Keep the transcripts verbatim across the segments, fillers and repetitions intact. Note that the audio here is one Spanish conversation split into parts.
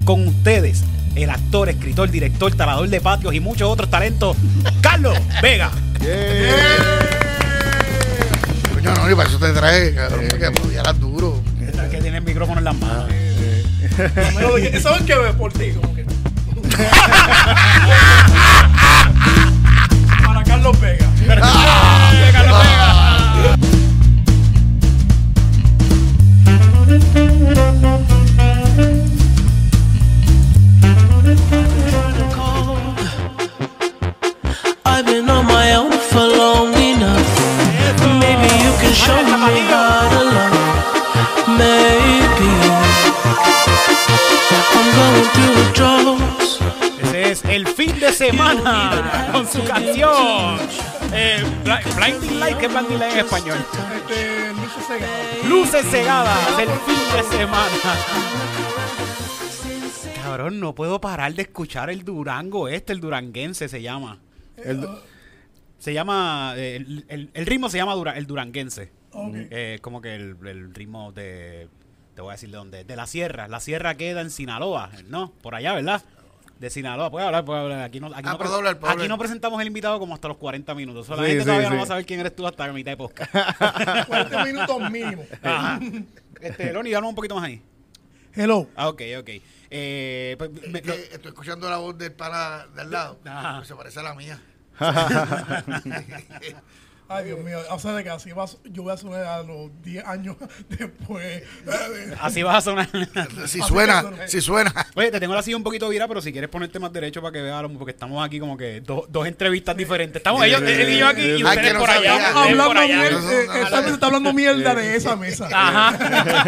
con ustedes, el actor, escritor, director, talador de patios y muchos otros talentos, Carlos Vega. Yeah. Coño, no, y para eso te traje, cabrón, que apoyaras duro. Que tiene el micrófono en las manos. Eso es que ve por ti, como que. Para Carlos Vega. ¡Ah! Carlos Vega. I've been on my own for long enough. Maybe you can show me how to love. Maybe I'm going through withdrawals. Ese es el fin de semana con su canción eh, Blinding Light, que es Blinding Light en español. Este, luces cegadas. Luces cegadas, el fin de semana. Cabrón, no puedo parar de escuchar el Durango este, el duranguense se llama. El, se llama, eh, el, el, el ritmo se llama dura, el duranguense. Okay. Eh, como que el, el ritmo de, te voy a decir de dónde, de la sierra. La sierra queda en Sinaloa, ¿no? Por allá, ¿verdad? De Sinaloa, puede hablar, puede hablar. Aquí no, aquí, ah, no, pre hablar, aquí hablar. no presentamos el invitado como hasta los cuarenta minutos. O sea, la sí, gente sí, todavía sí. no va a saber quién eres tú hasta la mitad de podcast. cuarenta minutos mínimo. Ajá. Este, Loni, dame un poquito más ahí. Hello. Ah, ok, ok. Eh, pues, me, lo, estoy escuchando la voz del pana de al lado. Pues se parece a la mía. Ay, Dios mío, o sea, de que así vas, yo voy a sonar a los diez años después. Así vas a sonar. Si suena, si suena. Oye, te tengo la silla un poquito vira, pero si quieres ponerte más derecho para que veas, porque estamos aquí como que do, dos entrevistas diferentes. Estamos ellos, él y yo aquí y ustedes por allá. Hablando mierda, esta mesa está hablando mierda de esa mesa. Ajá.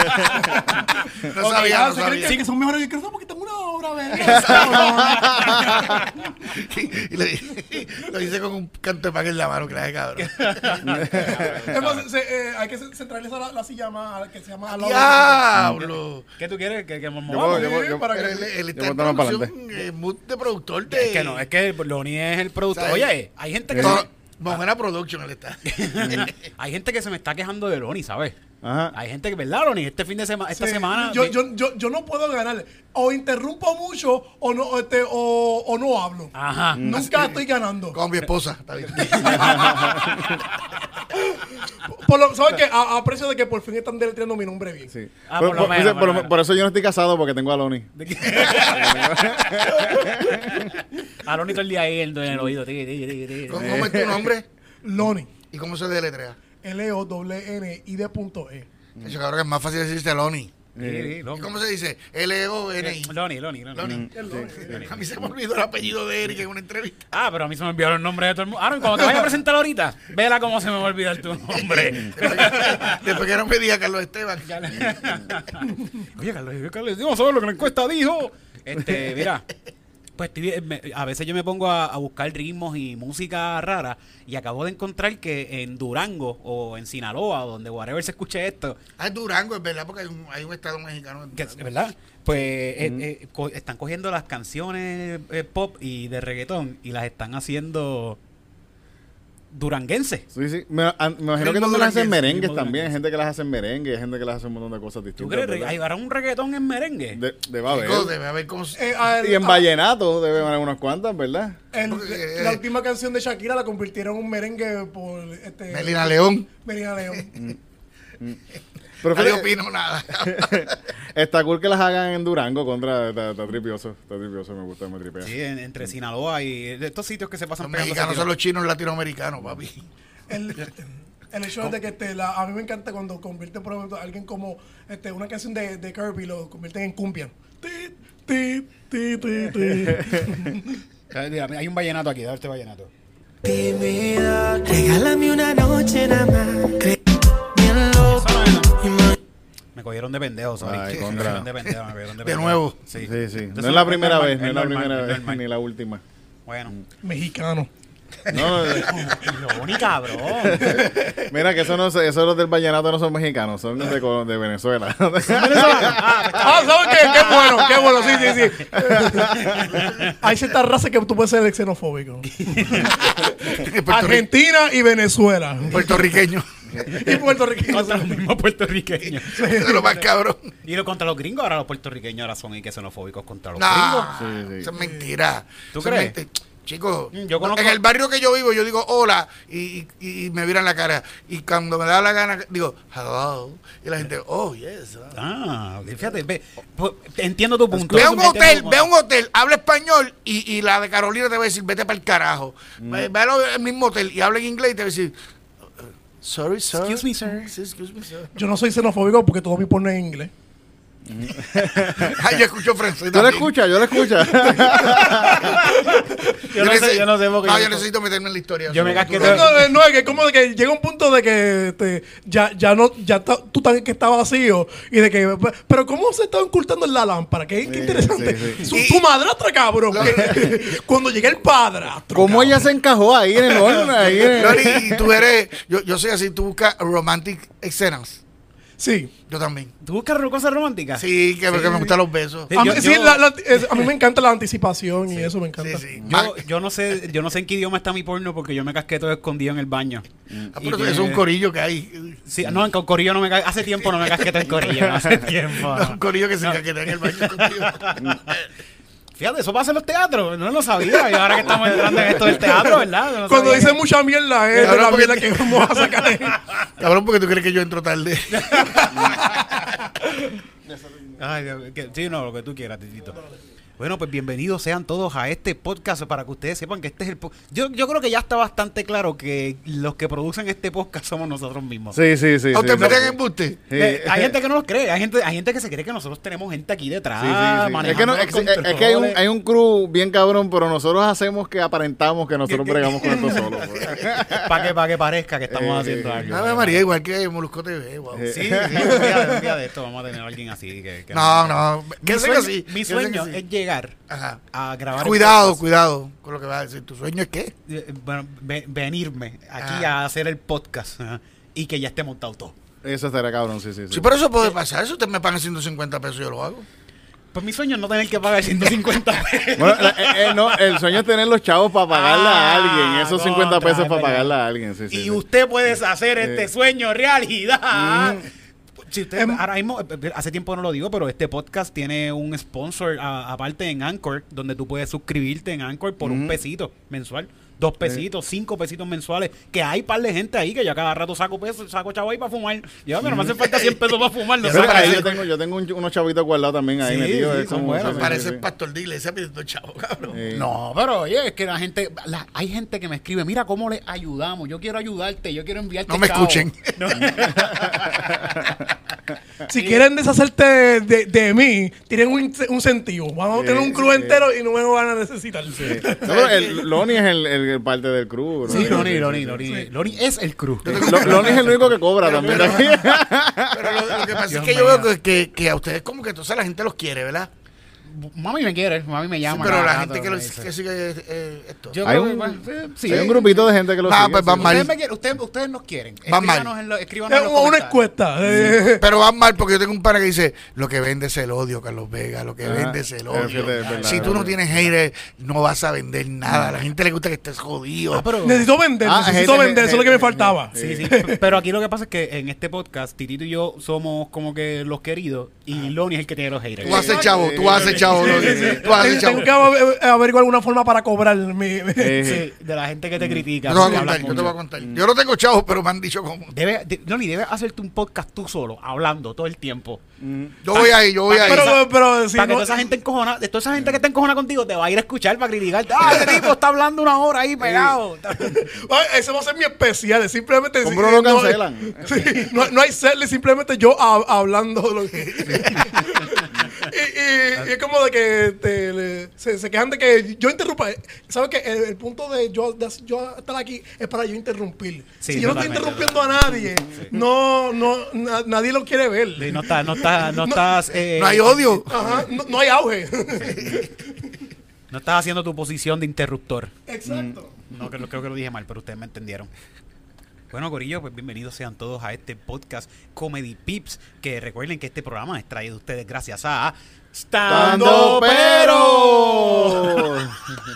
No sabía, no sabía. Sí, que son mejores que no, porque tengo una obra, ¿verdad? Y lo dice con un canto de paga en la mano, que la de cabrón. Entonces, se, eh, hay que centralizar la, la silla más que se llama al lado. ¡Diablo! ¿Qué tú quieres? Que, que movamos. Yo, yo, yo, para que él, él está en producción, eh, mood de productor de... Es que no, es que Loni es el productor. O sea, Oye, hay gente que... No, se... Buena production él está. Hay gente que se me está quejando de Loni, ¿sabes? Ajá. Hay gente que, ¿verdad, Loni? Este fin de semana, esta sí, semana... Yo, de... yo, yo, yo no puedo ganarle. O interrumpo mucho o no, este, o, o no hablo. Ajá. Nunca estoy ganando. Con mi esposa. Está bien. Por lo, ¿sabes qué? A, a precio de que por fin están deletreando mi nombre bien. Sí. Ah, por, por, lo por, menos, por, por, por, por eso yo no estoy casado, porque tengo a Loni. A Loni todo el día ahí en el oído. ¿Cómo, ¿Cómo es tu nombre? Loni. ¿Y cómo se deletrea? L O N N I D punto E. Eso cabrón que es más fácil decirse Loni. Sí, sí, ¿Y cómo se dice? L O N I. Loni, Loni, Loni. Loni. Mm, Loni. Sí, sí. A mí se me olvidó el apellido de Eric en una entrevista. Ah, pero a mí se me olvidaron el nombre de todo el mundo. Ah, no, cuando te vayas a presentar ahorita, vela cómo se me va a olvidar tu nombre. Después que no me diga Carlos Esteban. Oye, Carlos, Carlos, vamos a ver lo que la encuesta dijo. Este, mira. Pues a veces yo me pongo a, a buscar ritmos y música rara y acabo de encontrar que en Durango o en Sinaloa, donde whatever se escuche esto. Ah, es Durango, es verdad, porque hay un, hay un estado mexicano. En que, ¿verdad? Pues mm. eh, eh, co están cogiendo las canciones eh, pop y de reggaetón y las están haciendo duranguense. Sí, sí. Me, a, me imagino que también las hacen merengues también. Hay gente que las hace merengue, hay gente que las hace un montón de cosas distintas. ¿Tú crees? ¿Hay un reggaetón en merengue? De, debe haber. Debe haber como... eh, el, y en vallenato debe haber unas cuantas, ¿verdad? El, eh, la última canción de Shakira la convirtieron en un merengue por... este Melina León. Melina León. mm. mm. Pero no opino nada. Está cool que las hagan en Durango contra, está, está tripioso, está tripioso, me gusta, me tripea. Sí, en, entre Sinaloa y de estos sitios que se pasan. Los mexicanos son los chinos latinoamericanos, papi. El, el hecho es de que este, la, a mí me encanta cuando convierten, por ejemplo, a alguien como este, una canción de, de Kirby, lo convierten en cumbia. Ti, ti, ti, ti, ti. Hay un vallenato aquí, dame este vallenato. Tímida, regálame una noche nada más. Me cogieron de pendejo, sorry. Ay, me cogieron de pendejo, me cogieron de pendejo. De nuevo. Sí, sí. sí. No es la primera vez, no es la primera vez, ni la última. Bueno. Mexicano. No, Loni, cabrón. Mira que eso no eso los del vallenato no son mexicanos, son de, de Venezuela. Ah, ¿sabes qué? Qué bueno, qué bueno, sí, sí, sí. Hay ciertas razas que tú puedes ser xenofóbico. Argentina y Venezuela. Puertorriqueño. Y puertorriqueños. Contra los mismos puertorriqueños. Eso es lo más cabrón. Y lo contra los gringos, ahora los puertorriqueños ahora son y que xenofóbicos contra los No, gringos. Sí, sí. eso es mentira. ¿Tú Eso es crees? menti- Chicos, Mm, yo conozco- en el barrio que yo vivo, yo digo hola y, y, y me viran la cara. Y cuando me da la gana, digo hello. Y la gente, oh, yes. ah. Ah, fíjate, ve, pues, entiendo tu punto. Ve a un Entiendo hotel, tu- ve a un hotel, habla español y, y la de Carolina te va a decir, vete para el carajo. Mm. Ve, ve al mismo hotel y habla en inglés y te va a decir, sorry, sir. Excuse me, sir. Sí, excuse me, sir. Yo no soy xenofóbico porque todo mi porno es en inglés. Ay, yo escucho francés Yo lo también. escucho, yo lo escucho. Yo no sé, necesito- yo no sé porque No, yo- yo necesito meterme en la historia. Yo me Sí, casqué tú- No, no, no, es que como de que llega un punto de que este, ya, ya no, ya está, tú también que está vacío y de que, pero ¿cómo se está ocultando en la lámpara? Qué, qué interesante. sí, Su, tu madrastra, cabrón. que- cuando llega el padrastro. ¿Cómo ella se encajó ahí en el horno? Ahí en el- Lori, y tú eres, yo, yo soy así, tú buscas romantic escenas. Sí. Yo también. ¿Tú buscas cosas románticas? Sí, que, que me gustan los besos. Sí, A mí, yo- sí, yo- la- la- es- a mí me encanta la anticipación y eso me encanta. Sí, sí. Yo, yo no sé, yo no sé en qué idioma está mi porno porque yo me casqué todo escondido en el baño. Ah, Y pero tiene- eso es un corillo que hay. Sí, no, en corillo no me ca- hace tiempo no me casqué en corillo, no, hace tiempo. No, un corillo que se caquetea en el baño contigo. Fíjate, eso pasa en los teatros, no lo sabía. Y ahora que estamos entrando en esto del teatro, ¿verdad? No Cuando sabía dice que- mucha mierda, es de Cabrón, la porque mierda te- que vamos a sacar. ahí. Cabrón, porque tú crees que yo entro tarde. Ay, Dios, que- sí, no, lo que tú quieras, Titito. Bueno, pues bienvenidos sean todos a este podcast para que ustedes sepan que este es el po- yo yo creo que ya está bastante claro que los que producen este podcast somos nosotros mismos. Sí, sí, sí. ¿O te sí, meten sí. en embuste? Sí. Eh, hay gente que no los cree, hay gente, hay gente que se cree que nosotros tenemos gente aquí detrás. Sí, sí, sí. Es manejando que, no, los es, es- es que hay, un, controles. hay un crew bien cabrón, pero nosotros hacemos que aparentamos que nosotros bregamos con esto solos. pues. para que, para que parezca que estamos Eh, haciendo eh, algo. Ave María, igual que Molusco T V. Wow. Sí, sí, un día, un día de esto vamos a tener a alguien así. Que, que No, no. Mi Que sea sueño, así. mi que sea sueño así. es llegar Ajá. a grabar. el Cuidado, podcast. cuidado con lo que vas a decir. ¿Tu sueño es qué? Eh, Bueno, ve- venirme aquí Ah. a hacer el podcast ajá, y que ya esté montado todo. Eso estaría cabrón, sí, sí. sí. Sí, pero eso puede pasar. Si ustedes me pagan ciento cincuenta pesos, yo lo hago. Pues mi sueño es no tener que pagar ciento cincuenta pesos. Bueno, la- eh, eh, no, el sueño es tener los chavos para pagarle Ah, a alguien. Esos cincuenta contra, pesos es para verdad. pagarle a alguien. Sí, sí, y sí. usted puede hacer este Eh. sueño realidad. Mm. Si usted, ahora mismo, eh, hace tiempo no lo digo, pero este podcast tiene un sponsor a- aparte en Anchor, donde tú puedes suscribirte en Anchor por un Mm. pesito mensual. Dos pesitos, cinco pesitos mensuales, que hay par de gente ahí que yo cada rato saco pesos, saco chavo ahí para fumar. Yo, pero no me hace falta cien pesos para fumar. Lo Pero saco. ahí yo tengo, yo tengo un- unos chavitos guardados también ahí Sí, metidos. sí, es son como- buenos. sí, sí, Parece sí, el sí. pastor de iglesia pidiendo chavo, cabrón. Sí. No, pero oye, es que la gente, la- hay gente que me escribe, mira cómo le ayudamos, yo quiero ayudarte, yo quiero enviarte No me chavo". escuchen. No. Si quieren deshacerte de, de, de mí, tienen un, un incentivo. Vamos a tener un crew sí. entero y no me van a necesitar. No, pero el, Lonnie es el, el- el parte del crew. ¿no? Sí, Loni, Loni, Loni, Loni es el crew. Lo- Lonnie es el único que cobra también de aquí. Pero lo, lo que pasa Dios es que yo mío. veo que, que, que a ustedes como que entonces la gente los quiere, ¿verdad? Mami me quiere, mami me Sí, llama. pero cada la rato, gente que, me lo, dice. que sigue eh, esto. Yo Hay creo que, un- bueno, sí, Hay un grupito de gente que lo Ah, sigue. pues sí. van mal. Ustedes, me quieren- ustedes, ustedes nos quieren. Van mal. Escríbanos en lo- escríbanos Es en los una comentarios. encuesta. eh, Pero van mal porque yo tengo un pana que dice, lo que vende es el odio, Carlos Vega, lo que Ah, vende es el es odio. verdad, es verdad, Si es tú no verdad. tienes haters, no vas a vender nada. A la gente le gusta que estés jodido. Ah, pero- Necesito vender, Ah, necesito gente, vender, eso es lo que me gente, faltaba. Sí, sí. Pero aquí lo que pasa es que en este podcast, Titito y yo somos como que los queridos y Loni es el que tiene los haters. Tú haces chavo, tú haces chavo. Sí, ¿no? sí, sí. Tú haces Tengo chavo. tengo que ave- averiguar alguna forma para cobrar mi... mi- Eh, Sí, de la gente que te critica. Yo te voy que a habla contar, yo te mucho. voy a contar. Yo no tengo chavos, pero me han dicho cómo. Debe, de, Loni, debes hacerte un podcast tú solo, hablando todo el tiempo. Yo voy ahí, yo voy ahí. Pero, pero, si para que no- toda esa gente encojona, de toda esa gente que está encojona contigo, te va a ir a escuchar para criticarte. Ah, ese tipo está hablando una hora ahí pegado. Ay, ese va a ser mi especial. es Simplemente. Con si- Bruno no- cancelan. Sí, no, no hay serle, simplemente yo hab- hablando de lo que. y, y- y es como de que te- le- se, se quejan de que yo interrumpa. ¿Sabes qué? El, el punto de yo, de yo estar aquí es para yo interrumpir. Sí, si yo no estoy totalmente, interrumpiendo a nadie, no, no, na- nadie lo quiere ver. Sí, no estás, no estás, no estás, eh, No hay odio. Ajá, no, no hay auge. no estás haciendo tu posición de interruptor. Exacto. No, que lo- creo que lo dije mal, pero ustedes me entendieron. Bueno, Corillo, pues bienvenidos sean todos a este podcast Comedy Pips, que recuerden que este programa es traído a ustedes gracias a Stando ¡Tando Pero. pero! El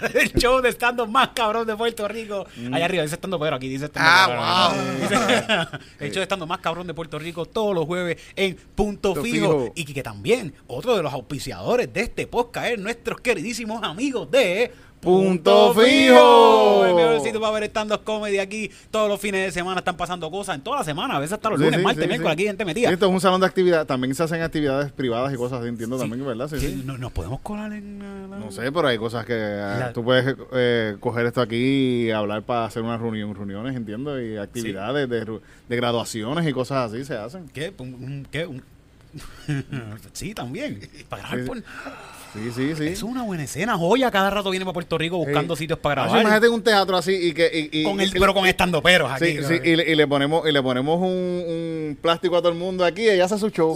show de stand-up más cabrón de Puerto Rico. Mm. Allá arriba dice stand-up, pero aquí dice stand-up. Ah, wow. Dice, el show de stand-up más cabrón de Puerto Rico todos los jueves en Punto Fijo. Fijo. Y que también otro de los auspiciadores de este podcast es nuestros queridísimos amigos de Punto Fijo. El mejor sitio para ver stand-up comedy aquí. Todos los fines de semana están pasando cosas. En toda la semana, a veces hasta los sí, lunes, sí, martes, sí, miércoles, sí. aquí gente metida. Esto es un salón de actividad. También se hacen actividades privadas y cosas así, entiendo Sí. también, ¿verdad? Sí, Sí, sí. ¿no- ¿Nos podemos colar en uh, la- No sé, pero hay cosas que eh, La- tú puedes eh, coger esto aquí y hablar para hacer una reunión, reuniones, entiendo, y actividades de, ru- de graduaciones y cosas así se hacen. ¿Qué? ¿Un, un- qué? Un- sí, también. Para grabar Sí, por... Sí, sí, sí. Es una buena escena. Joya cada rato viene para Puerto Rico buscando Sí. sitios para Ah, grabar. imagínate un teatro así y que... Y, y- con el, y- pero con estandoperos Sí, aquí. sí, y, le, y le ponemos y le ponemos un, un plástico a todo el mundo aquí y ella hace su show.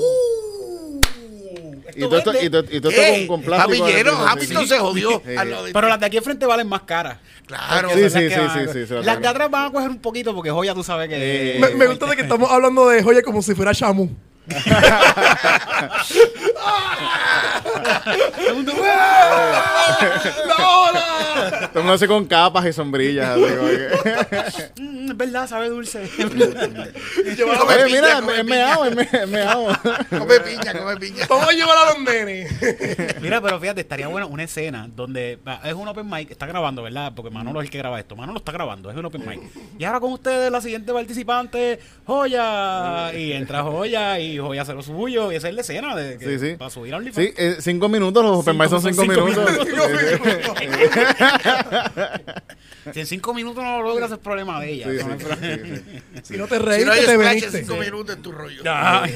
y todo esto, y todo, y todo esto ¿Qué? con, con plástico. Pabellero, Sí, Hamilton sí. se jodió. Sí. A lo de- Pero las de aquí enfrente valen más caras. Claro. Porque Sí, son las sí, que sí, van a- sí, sí, se lo Las de tengo. atrás van a coger un poquito porque Joya tú sabes que... Eh, Me, me gusta de que estamos hablando de joya como si fuera Shamu. Todo el mundo, ¡La ola! Todo el mundo hace con capas y sombrillas. Así, como que- "Mm, es verdad, sabe dulce. Come Oye, piña, mira, come es piña. meao, es me- es meao. Come piña, come piña. Vamos a llevar a los nenes. Mira, pero fíjate, estaría buena una escena donde va, es un open mic, está grabando, ¿verdad? Porque Manolo es el que graba esto. Manolo está grabando, es un open mic. Y ahora con ustedes, la siguiente participante, Joya. Y entra Joya y Joya hace lo suyo. Y esa es la escena de que, Sí, sí. para subir a OnlyFans. Sí, eh, cinco minutos, los open mic son cinco, Cinco- son minutos. cinco minutos. Si en cinco minutos no lo logras, es problema de ella. Sí, No sí, es problema- sí, sí. Si no te Si reíste, no hay te splash en veniste. cinco minutos en tu rollo. Ya.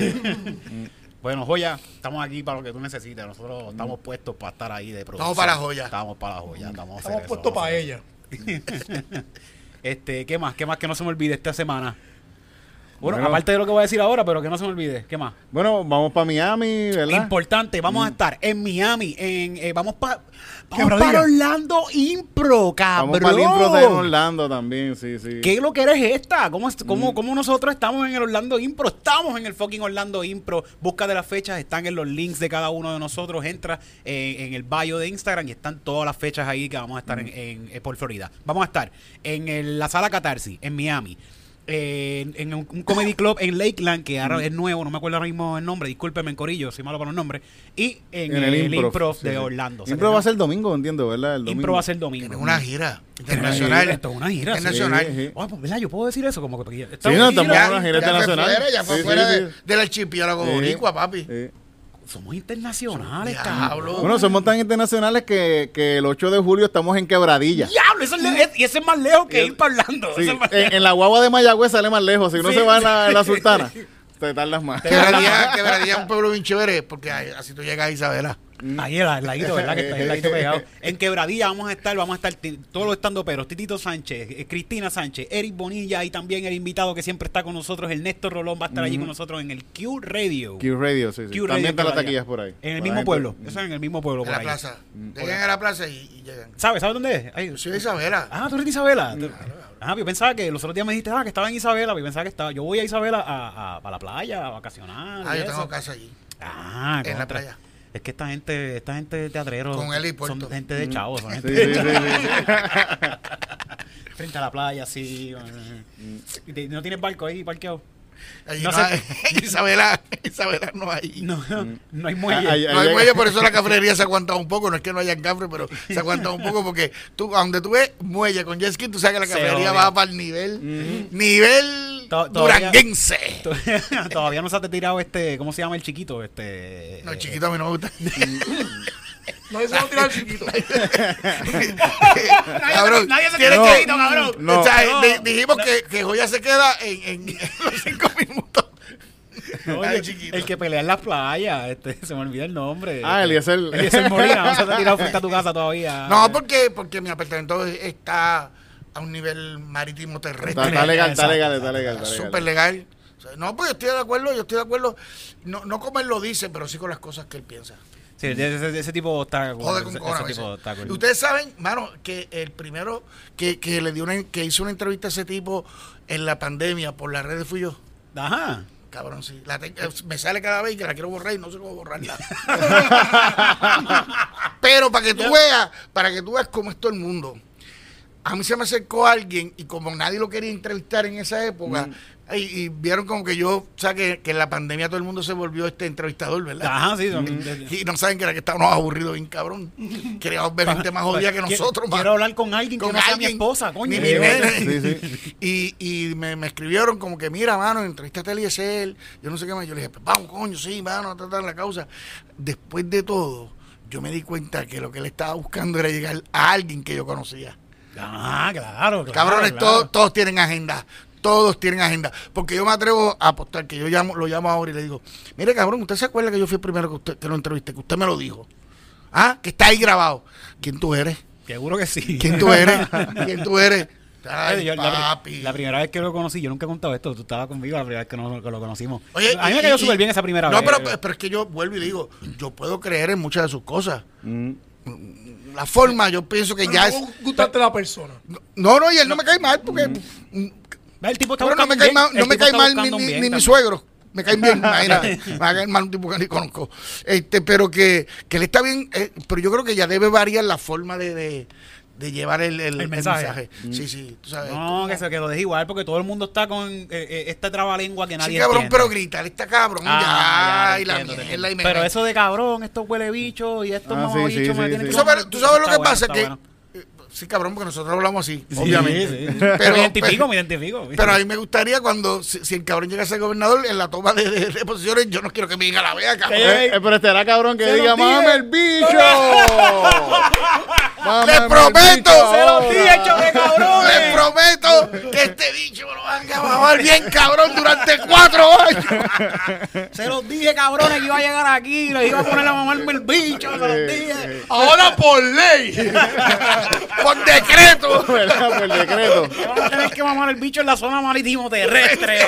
Bueno, Joya, estamos aquí para lo que tú necesites. Nosotros estamos puestos para estar ahí de producción. Estamos para la Joya. Estamos para la Joya. Estamos, a hacer Estamos eso, puestos vamos a para hacer ella. Este, ¿qué más? ¿Qué más que no se me olvide esta semana? Bueno, Bueno. aparte de lo que voy a decir ahora, pero que no se me olvide. ¿Qué más? Bueno, vamos para Miami, ¿verdad? Importante, vamos a estar en Miami, en eh, vamos para vamos Quebradilla. para Orlando Impro, cabrón. Vamos para el Impro de Orlando también, sí, sí. ¿Qué lo que eres esta? ¿Cómo, es- cómo, cómo nosotros estamos en el Orlando Impro? Estamos en el fucking Orlando Impro. Busca de las fechas, están en los links de cada uno de nosotros. Entra en, en el bio de Instagram y están todas las fechas ahí que vamos a estar en, en- en- por Florida. Vamos a estar en el- la Sala Catarsis, en Miami. eh, en, en un, un comedy club en Lakeland, que ahora es nuevo, no me acuerdo ahora mismo el nombre, discúlpeme en corillo, soy malo para los nombres. Y en, En el, el Improv, Improv, sí, de sí. Orlando. O sea, Impro que va a no- ser domingo, entiendo, ¿verdad? El domingo. Impro va a ser domingo. Tiene una gira Una internacional. gira, esto es una gira. sí. Internacional. Sí, sí. Oh, pues, ¿verdad? Yo puedo decir eso como que porque Sí, no, estamos Ya, en una gira ya fue internacional. fuera, ya fue Sí, fuera sí, de- sí. del archipiélago Sí. boricua, papi. Sí. somos internacionales, Diablo. cabrón. Bueno, somos tan internacionales que, que el ocho de julio estamos en Quebradilla. Diablo, eso es le- es- y ese es más lejos que Y- ir para Orlando. Sí, Eso es más en, lejos. en la guagua de Mayagüez sale más lejos. Si uno Sí, se va en sí. la, en la Sultana, te tardas más. Quebradilla, Quebradilla es un pueblo bien chévere porque ahí- así tú llegas a Isabela. Ahí al ladito, ¿verdad? Que está ahí al ladito pegado. En Quebradilla vamos a estar, vamos a estar ti- todos los estandoperos, Titito Sánchez, eh, Cristina Sánchez, Eric Bonilla y también el invitado que siempre está con nosotros, el Néstor Rolón, va a estar allí con nosotros en el Q Radio. Q Radio, sí, sí. Q Radio También en están las Quebradilla. taquillas por ahí. En el Para mismo la pueblo. gente. Eso es en el mismo pueblo En por la ahí. plaza. por Llegan ahí. a la plaza y, y llegan. ¿Sabes? ¿Sabes dónde es? Ahí. Yo soy de Isabela. Ah, tú eres de Isabela. Ah, yo pensaba que los otros días me dijiste, ah, que estaba en Isabela. Yo pensaba que estaba. Yo voy a Isabela a, a, a la playa, a vacacionar. Ah, y yo eso. tengo casa allí. Ah, en la contra. playa. Es que esta gente, esta gente de teatrero Con él y son Puerto. gente de chavos, son Sí, gente sí, de sí, chavos. sí, sí. Frente a la playa, así. ¿Y te- ¿No tienes barco ahí parqueado? Allí No no sé. hay- en Isabela, en Isabela no hay. No, no, no hay muelle. Ah, ahí- No hay ahí- muelle, por eso la cafrería se ha aguantado un poco. No es que no haya cafre, pero se ha aguantado un poco porque tú, a donde tú ves muelle con jet ski, tú sabes que la Se cafrería odia. va para el nivel, nivel To- todavía- duranguense. Todavía no se ha tirado este, ¿cómo se llama el chiquito? Este. No, eh, chiquito, a mí no me gusta. No, eso no tira el chiquito. Cabrón, nadie se tienes tira que- chiquito, cabrón. O sea, No. di- dijimos que, que Joya se queda en, en, en los cinco minutos. No, Ay, el, chiquito. el que pelea en las playas, este, se me olvida el nombre. Ah, Eliezer. Eliezer Molina, no se te ha tirado frente a tu casa todavía. No, porque, porque mi apartamento está a un nivel marítimo terrestre. Está, está legal, está Exacto, legal, está legal. Está Está legal. súper legal. O sea, no, pues yo estoy de acuerdo, yo estoy de acuerdo. No, no como él lo dice, pero sí con las cosas que él piensa. Sí, ese, ese- ese tipo está. Joder con ese, cojones a ese veces. tipo está cool. Ustedes saben, mano, que el primero que, que le dio una, que hizo una entrevista a ese tipo en la pandemia por las redes fui yo. Ajá. Cabrón, sí. La te- me sale cada vez que la quiero borrar y no sé cómo borrarla. Pero Pero para que tú veas, para que tú veas cómo es todo el mundo. A mí se me acercó alguien y como nadie lo quería entrevistar en esa época, mm. y, y vieron como que yo, o sea, que, que en la pandemia todo el mundo se volvió este entrevistador, ¿verdad? Ajá, sí. Mm. Y no saben que era que estábamos aburridos bien cabrón. Queríamos ver gente más jodida que nosotros. Quiero, quiero hablar con alguien con que no sea alguien, mi esposa, coño. Ni mi nene. Sí, sí. Y, y me, me escribieron como que, mira, mano, entrevístate a Eliezer, yo no sé qué más. Yo le dije, vamos, coño, sí, mano, a tratar la causa. Después de todo, yo me di cuenta que lo que él estaba buscando era llegar a alguien que yo conocía. Ah, claro, claro. Cabrones, claro. Todos, todos tienen agenda. Todos tienen agenda. Porque yo me atrevo a apostar que yo llamo, lo llamo ahora y le digo, mire, cabrón, ¿usted se acuerda que yo fui el primero que usted que lo entrevisté? Que usted me lo dijo. Ah, que está ahí grabado. ¿Quién tú eres? Seguro que sí. ¿Quién tú eres? ¿Quién tú eres? Ay, yo, papi. La, la primera vez que lo conocí, yo nunca he contado esto, tú estabas conmigo la primera vez que, no, que lo conocimos. Oye, a mí y, me cayó y, súper bien esa primera no, vez. No, pero, pero es que yo vuelvo y digo, yo puedo creer en muchas de sus cosas. Mm. La forma, yo pienso que pero ya no es... gustarte la persona. No, no, y él no me cae mal porque... Mm. El tipo está bueno, no me cae mal, no me cae mal ni, ni, ni mi suegro. Me caen bien, imagínate. Me cae mal un tipo que ni conozco. Este, pero que, que él está bien, eh, pero yo creo que ya debe variar la forma de... de de llevar el, el, el mensaje. el mensaje. Mm. Sí, sí, tú sabes. No, que se que lo deje igual, porque todo el mundo está con eh, eh, esta trabalengua que nadie sí, cabrón, entiende. pero gritar, está cabrón, ah, ya, ya y la entiendo, mierda, y me pero eso de cabrón, estos huele bichos y estos ah, mamabichos sí, sí, me sí, tienen sí. que... ¿Tú sabes, tú sabes lo que bueno, pasa? Que bueno. sí, cabrón, porque nosotros hablamos así, Sí, obviamente. sí, sí. Pero, me identifico, pero, me identifico. Pero a mí me gustaría cuando, si, si el cabrón llega a ser gobernador, en la toma de, de, de posiciones, yo no quiero que me diga la vea, cabrón. Eh, eh, pero estará cabrón que Se diga, los dije. ¡mame el bicho! ¡Les prometo! ¡Se los dije, chore, cabrones! ¡Les prometo que este bicho me lo van a mamar bien, cabrón, durante cuatro años! Se los dije, cabrones, que iba a llegar aquí, les iba a poner a mamarme el bicho, se los dije. Ahora por ley. ¡Por decreto! ¿Verdad? Por decreto. Que van a tener que mamar el bicho en la zona marítimo terrestre.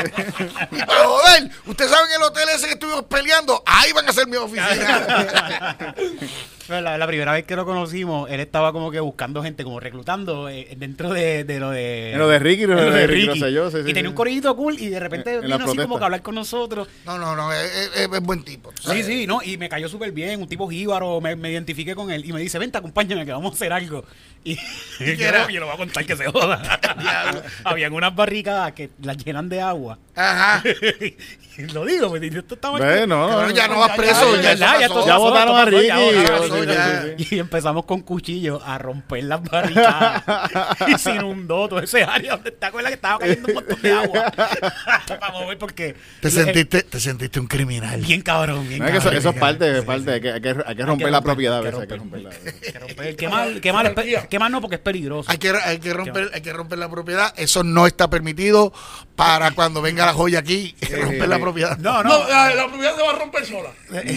Y para joder, ustedes saben el hotel ese que estuvimos peleando, ahí van a ser mi oficina. La, la primera vez que lo conocimos, él estaba como que buscando gente, como reclutando eh, dentro de, de lo de... En lo de Ricky, en lo lo de de Ricky Ricky. Rosselló, sí, sí, y tenía sí. un corillito cool y de repente En- en vino la así protesta. como que a hablar con nosotros. No, no, no, es, es, es buen tipo. tú Sí, sabes. sí, no, y me cayó súper bien, un tipo jíbaro, me, me identifiqué con él y me dice, vente, acompáñame que vamos a hacer algo. Y ¿Qué yo, era? yo lo voy a contar que se joda. Habían unas barricadas que las llenan de agua. Ajá. Y lo digo, me dice, esto está mal. Ve, no, Cabrón, ya no vas Ya, preso, ya, ya, ya, eso ya, pasó. esto Ya pasó, votaron a esto pasó, Ricky. ya, ya Sí, pasó, sí, ya. sí, sí. Y empezamos con cuchillos a romper las barricadas. Y se inundó todo ese área donde te acuerdas que estaba cayendo un montón de agua. Para mover porque... Te sentiste, te sentiste un criminal. Bien cabrón, bien No, es que eso, cabrón. eso es bien parte, cabrón. es parte. Hay que, hay que, hay que romper romper, la propiedad, hay que ¿ves? Hay que romper. romperla. Hay que romper. Qué mal, qué mal, es pe- qué mal no, porque es peligroso. Hay que, hay que romper, hay que romper la propiedad. Eso no está permitido para cuando venga la joya aquí, romper la propiedad. No, No, no. la, la propiedad se va a romper sola.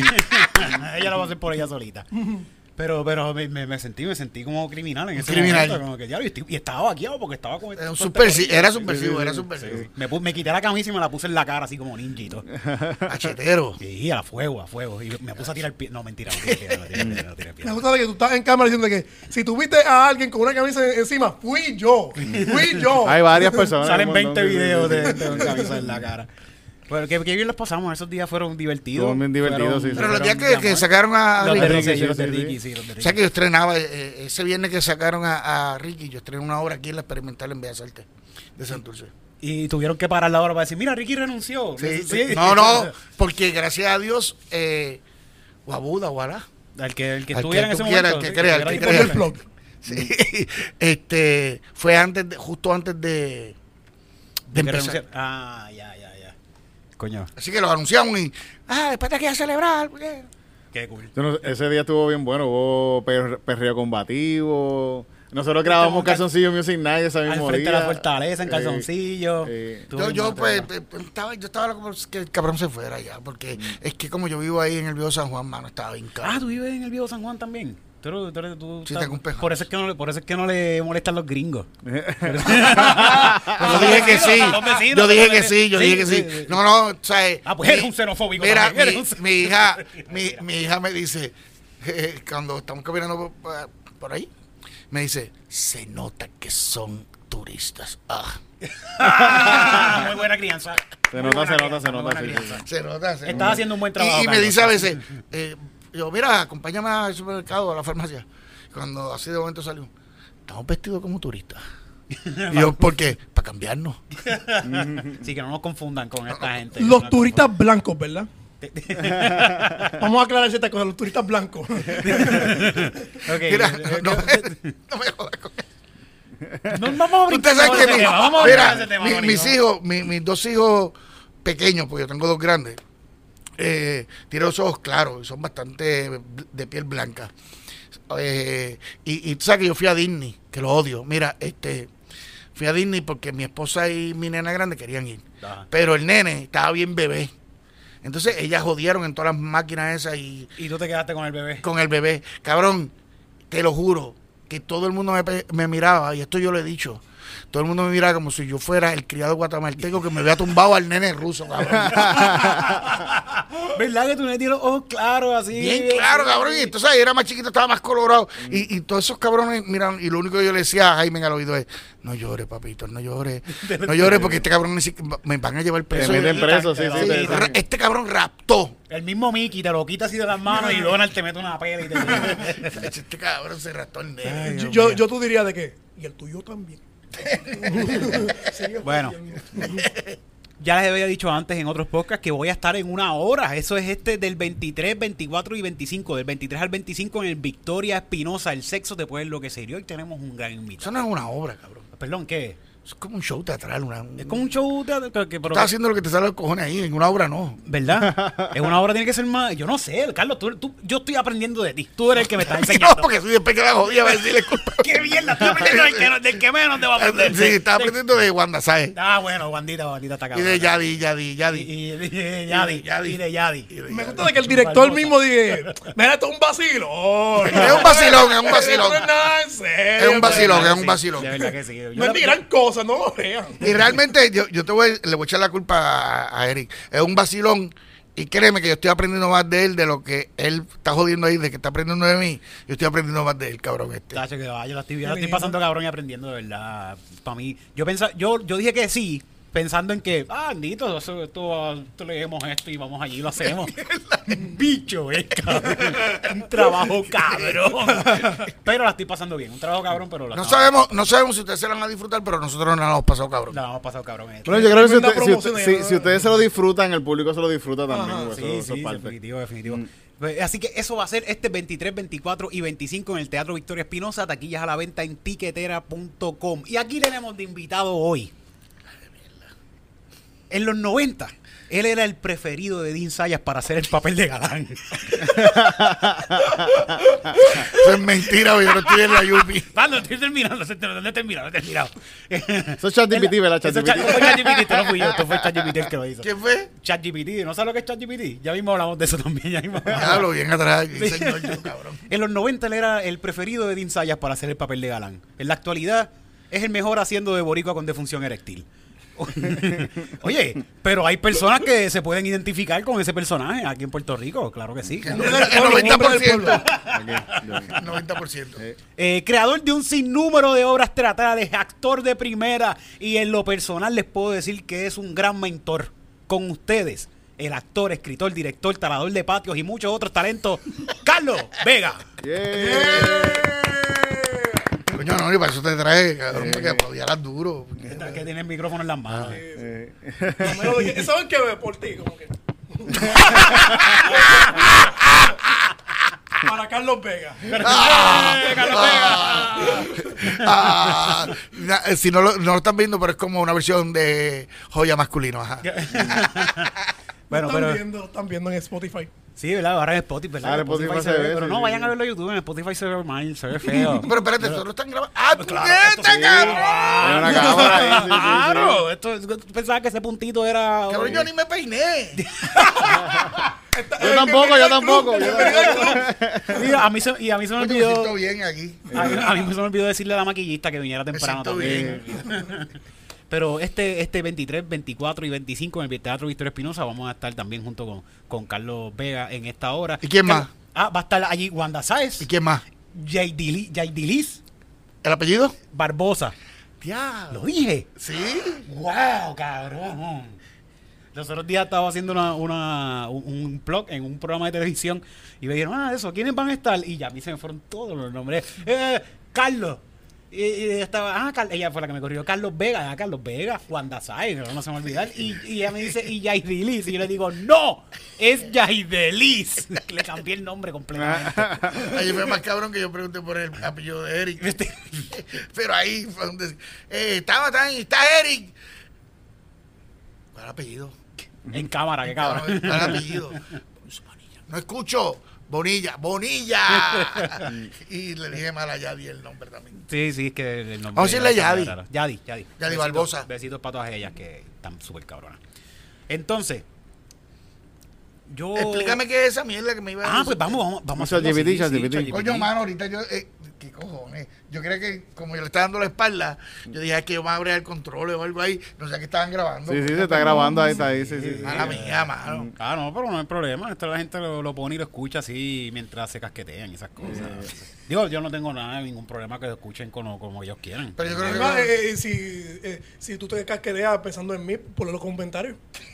Ella lo va a hacer por ella solita. Pero, pero me, me, me sentí, me sentí como criminal en ese criminal. momento. Como que, ya, y, estoy- y estaba vaqueado porque estaba con Era, un todo este subversi- corillo. era subversivo, Sí, sí, era sí. subversivo. Me, pu- me quité la camisa y me la puse en la cara así como ninjito. Machetero. Sí, a fuego, a fuego. Y me puse a tirar pie. No, mentira, no tiré pie, no tiré pie, no tiré pie. Me gusta de que tú estás en cámara diciendo que si tuviste a alguien con una camisa encima, fui yo. Fui yo. Hay varias personas. Salen un montón, veinte sí, sí, videos sí. de, de un camisa en la cara. Pero qué, qué bien los pasamos, esos días fueron divertidos. Fueron bien divertidos, Fueron- sí, sí. Pero los fueron días de que, que amor. sacaron a Los de Ricky, Ricky, Ricky, sí, los de sí, Ricky, sí. sí, los de o Ricky. sea que yo estrenaba, eh, ese viernes que sacaron a, a Ricky, yo estrené una obra aquí en la Experimental en Bellas Artes de Santurce. Y tuvieron que parar la hora para decir, mira, Ricky renunció. Sí, sí. No, no, porque gracias a Dios, eh, o a Buda, o a Alá, El que, el que Al estuviera que en ese tú quieras, momento. el que sí, crea, estuviera el que Ponle el disponible. blog. sí, este, fue antes, de, justo antes de, de Que empezar. renunció. Ah, ya, ya, ya. Coño, Así que lo anunciamos y, ah, después te quedas a celebrar. porque- qué cool. Yo no- ese día estuvo bien bueno. Hubo per- perreo combativo. Nosotros grabamos Este, Calzoncillo Music Night ese Al mismo frente día. de la fortaleza, en Eh, calzoncillo. eh, Estuvo Yo, bien yo bueno, pues, todo. eh, estaba, yo estaba loco por que el cabrón se fuera ya, porque es que como yo vivo ahí en el viejo San Juan, mano, estaba bien cabrón. Ah, tú vives en el viejo San Juan también. Tú, eres- tú, eres- tú Sí, estás- tengo un pejo. por eso es que no le, por eso es que no le molestan los gringos. Yo dije que sí, Los vecinos, yo dije los que vecinos. sí, yo Sí, dije que sí. sí, sí. No, no, o sea, eh, Ah, pues mi- eres un xenofóbico Mira, también, eres mi, un xenofóbico. mi hija, mi, mi hija me dice, eh, cuando estamos caminando por, por ahí, me dice, se nota que son turistas. Ah, Ah, muy buena crianza. Se Muy nota, buena se nota, crianza, se muy nota, buena sí, sí, crianza. se nota, se Estás nota. haciendo un buen Y- trabajo, Y, me Carlos. dice a veces, eh, Yo, mira, acompáñame al supermercado, a la farmacia. Cuando así de momento salió, estamos vestidos como turistas. Y yo, ¿por qué? Para cambiarnos. Sí, que no nos confundan con esta gente. Los No, turistas blancos, ¿verdad? Vamos a aclarar esta cosa, los turistas blancos. Ok. Mira, Eh, no, eh, no me jodas con eso. No vamos a brincar Usted sabe sobre que ese mi- tema, vamos a brincar mira, ese tema, mi- Bonnie, mis vamos. hijos, mi- mis dos hijos pequeños, porque yo tengo dos grandes, eh, tienen los ojos claros, son bastante de piel blanca. Eh, y, y tú sabes que yo fui a Disney, que lo odio. Mira, este fui a Disney porque mi esposa y mi nena grande querían ir. Ajá. Pero el nene estaba bien bebé. Entonces ellas jodieron en todas las máquinas esas y Y tú te quedaste con el bebé. con el bebé. Cabrón, te lo juro, que todo el mundo me, pe- me miraba, y esto yo lo he dicho. Todo el mundo me miraba como si yo fuera el criado guatemalteco que me había tumbado al nene ruso, cabrón. ¿Verdad que tú no tienes los ojos claros así? Bien claro, cabrón. Y entonces ahí era más chiquito, estaba más colorado. Y, y todos esos cabrones, miran, y lo único que yo le decía a Jaime al oído es, no llores, papito, no llores. No llores porque este cabrón ni siquiera- me van a llevar Te preso. meten Y- preso, sí, Sí, sí. te- sí. ra- Este cabrón raptó. El mismo Mickey te lo quita así de las manos y Donald te mete una pela y te... Este cabrón se raptó el nene. yo, yo, yo tú dirías de qué. Y el tuyo también. Bueno, ya les había dicho antes en otros podcasts que voy a estar en una hora. Eso es este del veintitrés, veinticuatro y veinticinco. Del veintitrés al veinticinco en el Victoria Espinosa. El sexo te puede enloquecer. Y hoy tenemos un gran Eso invitado. no es una obra, cabrón. Perdón, ¿qué? Es como un show teatral. Una, Es como un show de... que- que- pero- Estás haciendo lo que te sale los cojones ahí, en una obra no. ¿Verdad? En una hora tiene que ser más... Yo no sé, Carlos, tú, tú- yo estoy aprendiendo de ti. Tú eres el que me estás No, enseñando. porque soy después que la jodía a decirle culpa. ¡Qué mierda! Estoy aprendiendo del que, del que menos te va a aprender. Sí, estaba aprendiendo de Wanda, ¿sabes? Ah, bueno, Wandita, Wandita está Y cabrón. de Yadi, Yadi, Y, Yadi. y- y de Yadi. Yadi. Y de Yadi. Y de Me Yadi. gusta de que el director mismo diga, mira, esto es un vacilo. Es un vacilón, es un vacilón. No es nada en serio. Es un vacilón, es un Sí, vacilón. de verdad que sí. Yo No es la- ni gran cosa, no lo vean. Y realmente yo, yo te voy, le voy a echar la culpa a, a Eric. Es un vacilón. Y créeme que yo estoy aprendiendo más de él de lo que él está jodiendo ahí, de que está aprendiendo de mí. Yo estoy aprendiendo más de él, cabrón. Este. Tacho, que va, yo la estoy, yo Qué la estoy lindo. pasando cabrón y aprendiendo de verdad. Para mí, yo pensa, yo, yo dije que sí, pensando en que, ah, Andito, eso, esto, esto leemos esto y vamos allí y lo hacemos. Un bicho, eh, cabrón. Un trabajo cabrón. Pero la estoy pasando bien. Un trabajo cabrón, pero la No estamos- sabemos, no sabemos si ustedes se la van a disfrutar, pero nosotros no la hemos pasado, cabrón. La hemos pasado cabrón. esto. Bueno, yo creo que si, Tremenda usted- si usted- promoción, si- ya. si ustedes se lo disfrutan, el público se lo disfruta también. Ajá, pues Sí, eso, eso sí, es parte. definitivo, definitivo. Mm. Pues, así que eso va a ser este veintitrés, veinticuatro y veinticinco en el Teatro Victoria Espinosa, taquillas a la venta en tiquetera punto com. Y aquí tenemos de invitado hoy. En los noventa, él era el preferido de Dean Sayas para hacer el papel de galán. Eso es mentira, güey, yo no estoy en la Yupi. Ah, no estoy terminando, no he terminado, no he terminado. Eso es ChatGPT, ¿verdad? Eso es ChatGPT. Chat- fue ChatGPT, esto no fui yo, esto fue ChatGPT el que lo hizo. ¿Quién fue? ChatGPT, ¿no sabes lo que es ChatGPT? Ya mismo hablamos de eso también, ya mismo. Hablo bien atrás, aquí, señor, yo, cabrón. En los noventa él era el preferido de Dean Sayas para hacer el papel de galán. En la actualidad es el mejor haciendo de boricua con defunción eréctil. Oye, pero hay personas que se pueden identificar con ese personaje aquí en Puerto Rico, claro que sí. El noventa por ciento. Aquí, yo- noventa por ciento. Eh, creador de un sinnúmero de obras teatrales, actor de primera y en lo personal les puedo decir que es un gran mentor con ustedes. El actor, escritor, director, talador de patios y muchos otros talentos, Carlos Vega. Yeah. Coño, no, y para eso te traje, cabrón, porque aplaudirás duro. Que tiene el micrófono en las manos. Eh, No me lo digas. ¿Saben qué ve por ti? Como que. Para Carlos Vega. Ah, Carlos Vega. Ah, na- si no lo, no lo están viendo, pero es como una versión de joya masculino. Ajá. Bueno, Lo están pero viendo, lo están viendo en Spotify. sí, ¿verdad? Ahora en Spotify, ¿verdad? Ahora en Spotify Spotify se se ve, ve, pero sí, no, sí. vayan a verlo en YouTube, en Spotify se ve mal, se ve feo. Pero espérate, ¿esto lo están grabando? ¡Ah, Claro, puñeta, esto sí. cabrón! Hay una cámara ahí, sí, sí, sí. Claro, esto, es- tú pensabas que ese puntito era... Cabrón, yo ni me peiné. Yo tampoco, yo tampoco. yo tampoco. Mira, a mí se, y a mí se me Coño, me olvidó... siento bien aquí. A mí, a mí se me olvidó decirle a la maquillista que viniera temprano siento también. Pero este, este veintitrés, veinticuatro y veinticinco en el Teatro Victoria Espinosa vamos a estar también junto con, con Carlos Vega en esta hora. ¿Y quién más? Ah, va a estar allí Wanda Sáez, ¿Y quién más? Yaidili- Yaidilis ¿El apellido? Barbosa. Diablo. Lo dije. ¿Sí? ¡Wow, cabrón! Los otros días estaba haciendo una, una, un, un blog en un programa de televisión y me dijeron, ah, eso, ¿quiénes van a estar? Y ya a mí se me fueron todos los nombres. Eh, Carlos. Y, y estaba, ah, Car- ella fue la que me corrió. Carlos Vega, ah, Carlos Vega, Juan Dasai, no, no se me va a olvidar. Y, y ella me dice, y Yaidelis. Y yo le digo, no, es Yaidelis. Le cambié el nombre completamente. Ahí fue más cabrón que yo pregunté por el apellido de Eric. Este- Pero ahí fue donde. Eh, estaba tan. Está Eric. ¿Cuál apellido? En cámara, qué cabrón. ¿Cuál apellido? No escucho. Bonilla, Bonilla. Y le dije mal a Yadi el nombre también. Sí, sí, es que el nombre. Vamos a decirle era Yadi. raro. Yadi, Yadi. Yadi Besitos- Barbosa. Besitos para todas ellas que están súper cabronas. Entonces, yo. Explícame qué es esa mierda que me iba a Ah, decir. pues vamos, vamos, vamos a ChatGPT, hacerlo así, ChatGPT. ChatGPT. Coño, mano, ahorita yo. Eh, ¿Qué cojones? Yo creía que, como yo le estaba dando la espalda, yo dije "Ay, que yo me voy a abrir el control o algo ahí. No sé qué estaban grabando. Sí, sí, se está grabando, ahí está ahí, sí, sí. Mala mía, mano. Ah, no, pero no hay problema. Esto la gente lo, lo pone y lo escucha así mientras se casquetean y esas cosas. Digo, yo no tengo nada, ningún problema que lo escuchen como, como ellos quieran. Pero yo creo Además, que. eh, eh, si, eh, si tú te casqueteas pensando en mí, ponlo en los comentarios.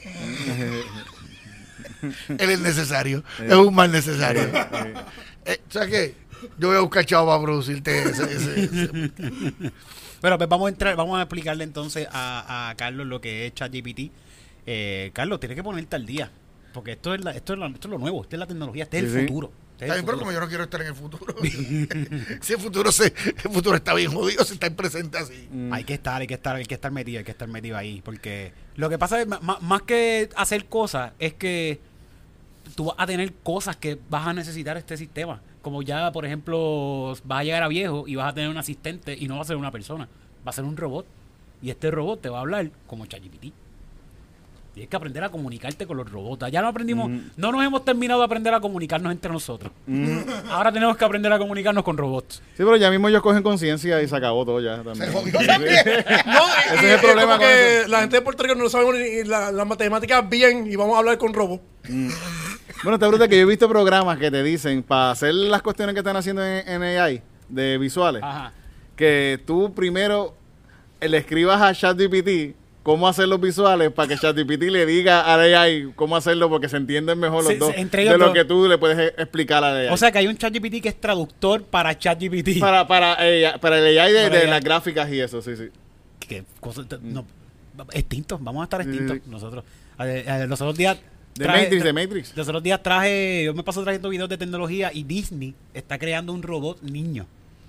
Él es necesario. Es un mal necesario. Eh, ¿Sabes qué? Yo voy a buscar chavo para producirte ese. ese, ese. Pero pues vamos a entrar, vamos a explicarle entonces a, a Carlos lo que es ChatGPT. Eh, Carlos, tienes que ponerte al día. Porque esto es, la, esto, es la- esto es lo nuevo, esta es la tecnología, este es Sí, el sí. futuro. Este es Está el bien, pero futuro. como yo no quiero estar en el futuro. Si el futuro, se, el futuro está bien jodido, se está en presente así. Hay que estar, hay que estar, hay que estar metido, hay que estar metido ahí. Porque lo que pasa es, ma- ma- más que hacer cosas, es que tú vas a tener cosas que vas a necesitar este sistema. Como ya, por ejemplo, vas a llegar a viejo y vas a tener un asistente y no va a ser una persona, va a ser un robot. Y este robot te va a hablar como ChatGPT. Tienes que aprender a comunicarte con los robots. Ya no aprendimos, no nos hemos terminado de aprender a comunicarnos entre nosotros. Ahora tenemos que aprender a comunicarnos con robots. Sí, pero ya mismo ellos cogen conciencia y se acabó todo ya Se también. jodió también. No, Ese y- es el y problema como con que eso. la gente de Puerto Rico no sabe ni la- las matemáticas bien y vamos a hablar con robots. Bueno, te bruta que yo he visto programas que te dicen para hacer las cuestiones que están haciendo en, en A I de visuales, Ajá. que tú primero le escribas a ChatGPT cómo hacer los visuales para que ChatGPT le diga a A I cómo hacerlo porque se entienden mejor los Sí, dos sí, entre ellos de lo dos. que tú le puedes e- explicar a A I. O sea que hay un ChatGPT que es traductor para ChatGPT. para, para, ella- para el A I de, Para de A I. las gráficas y eso, sí, sí. Que cosa- no, extintos, vamos a estar Sí, extintos sí. nosotros. Eh, eh, los otros días De traje- Matrix, tra- de Matrix. Los otros días traje, yo me paso trayendo videos de tecnología y Disney está creando un robot niño.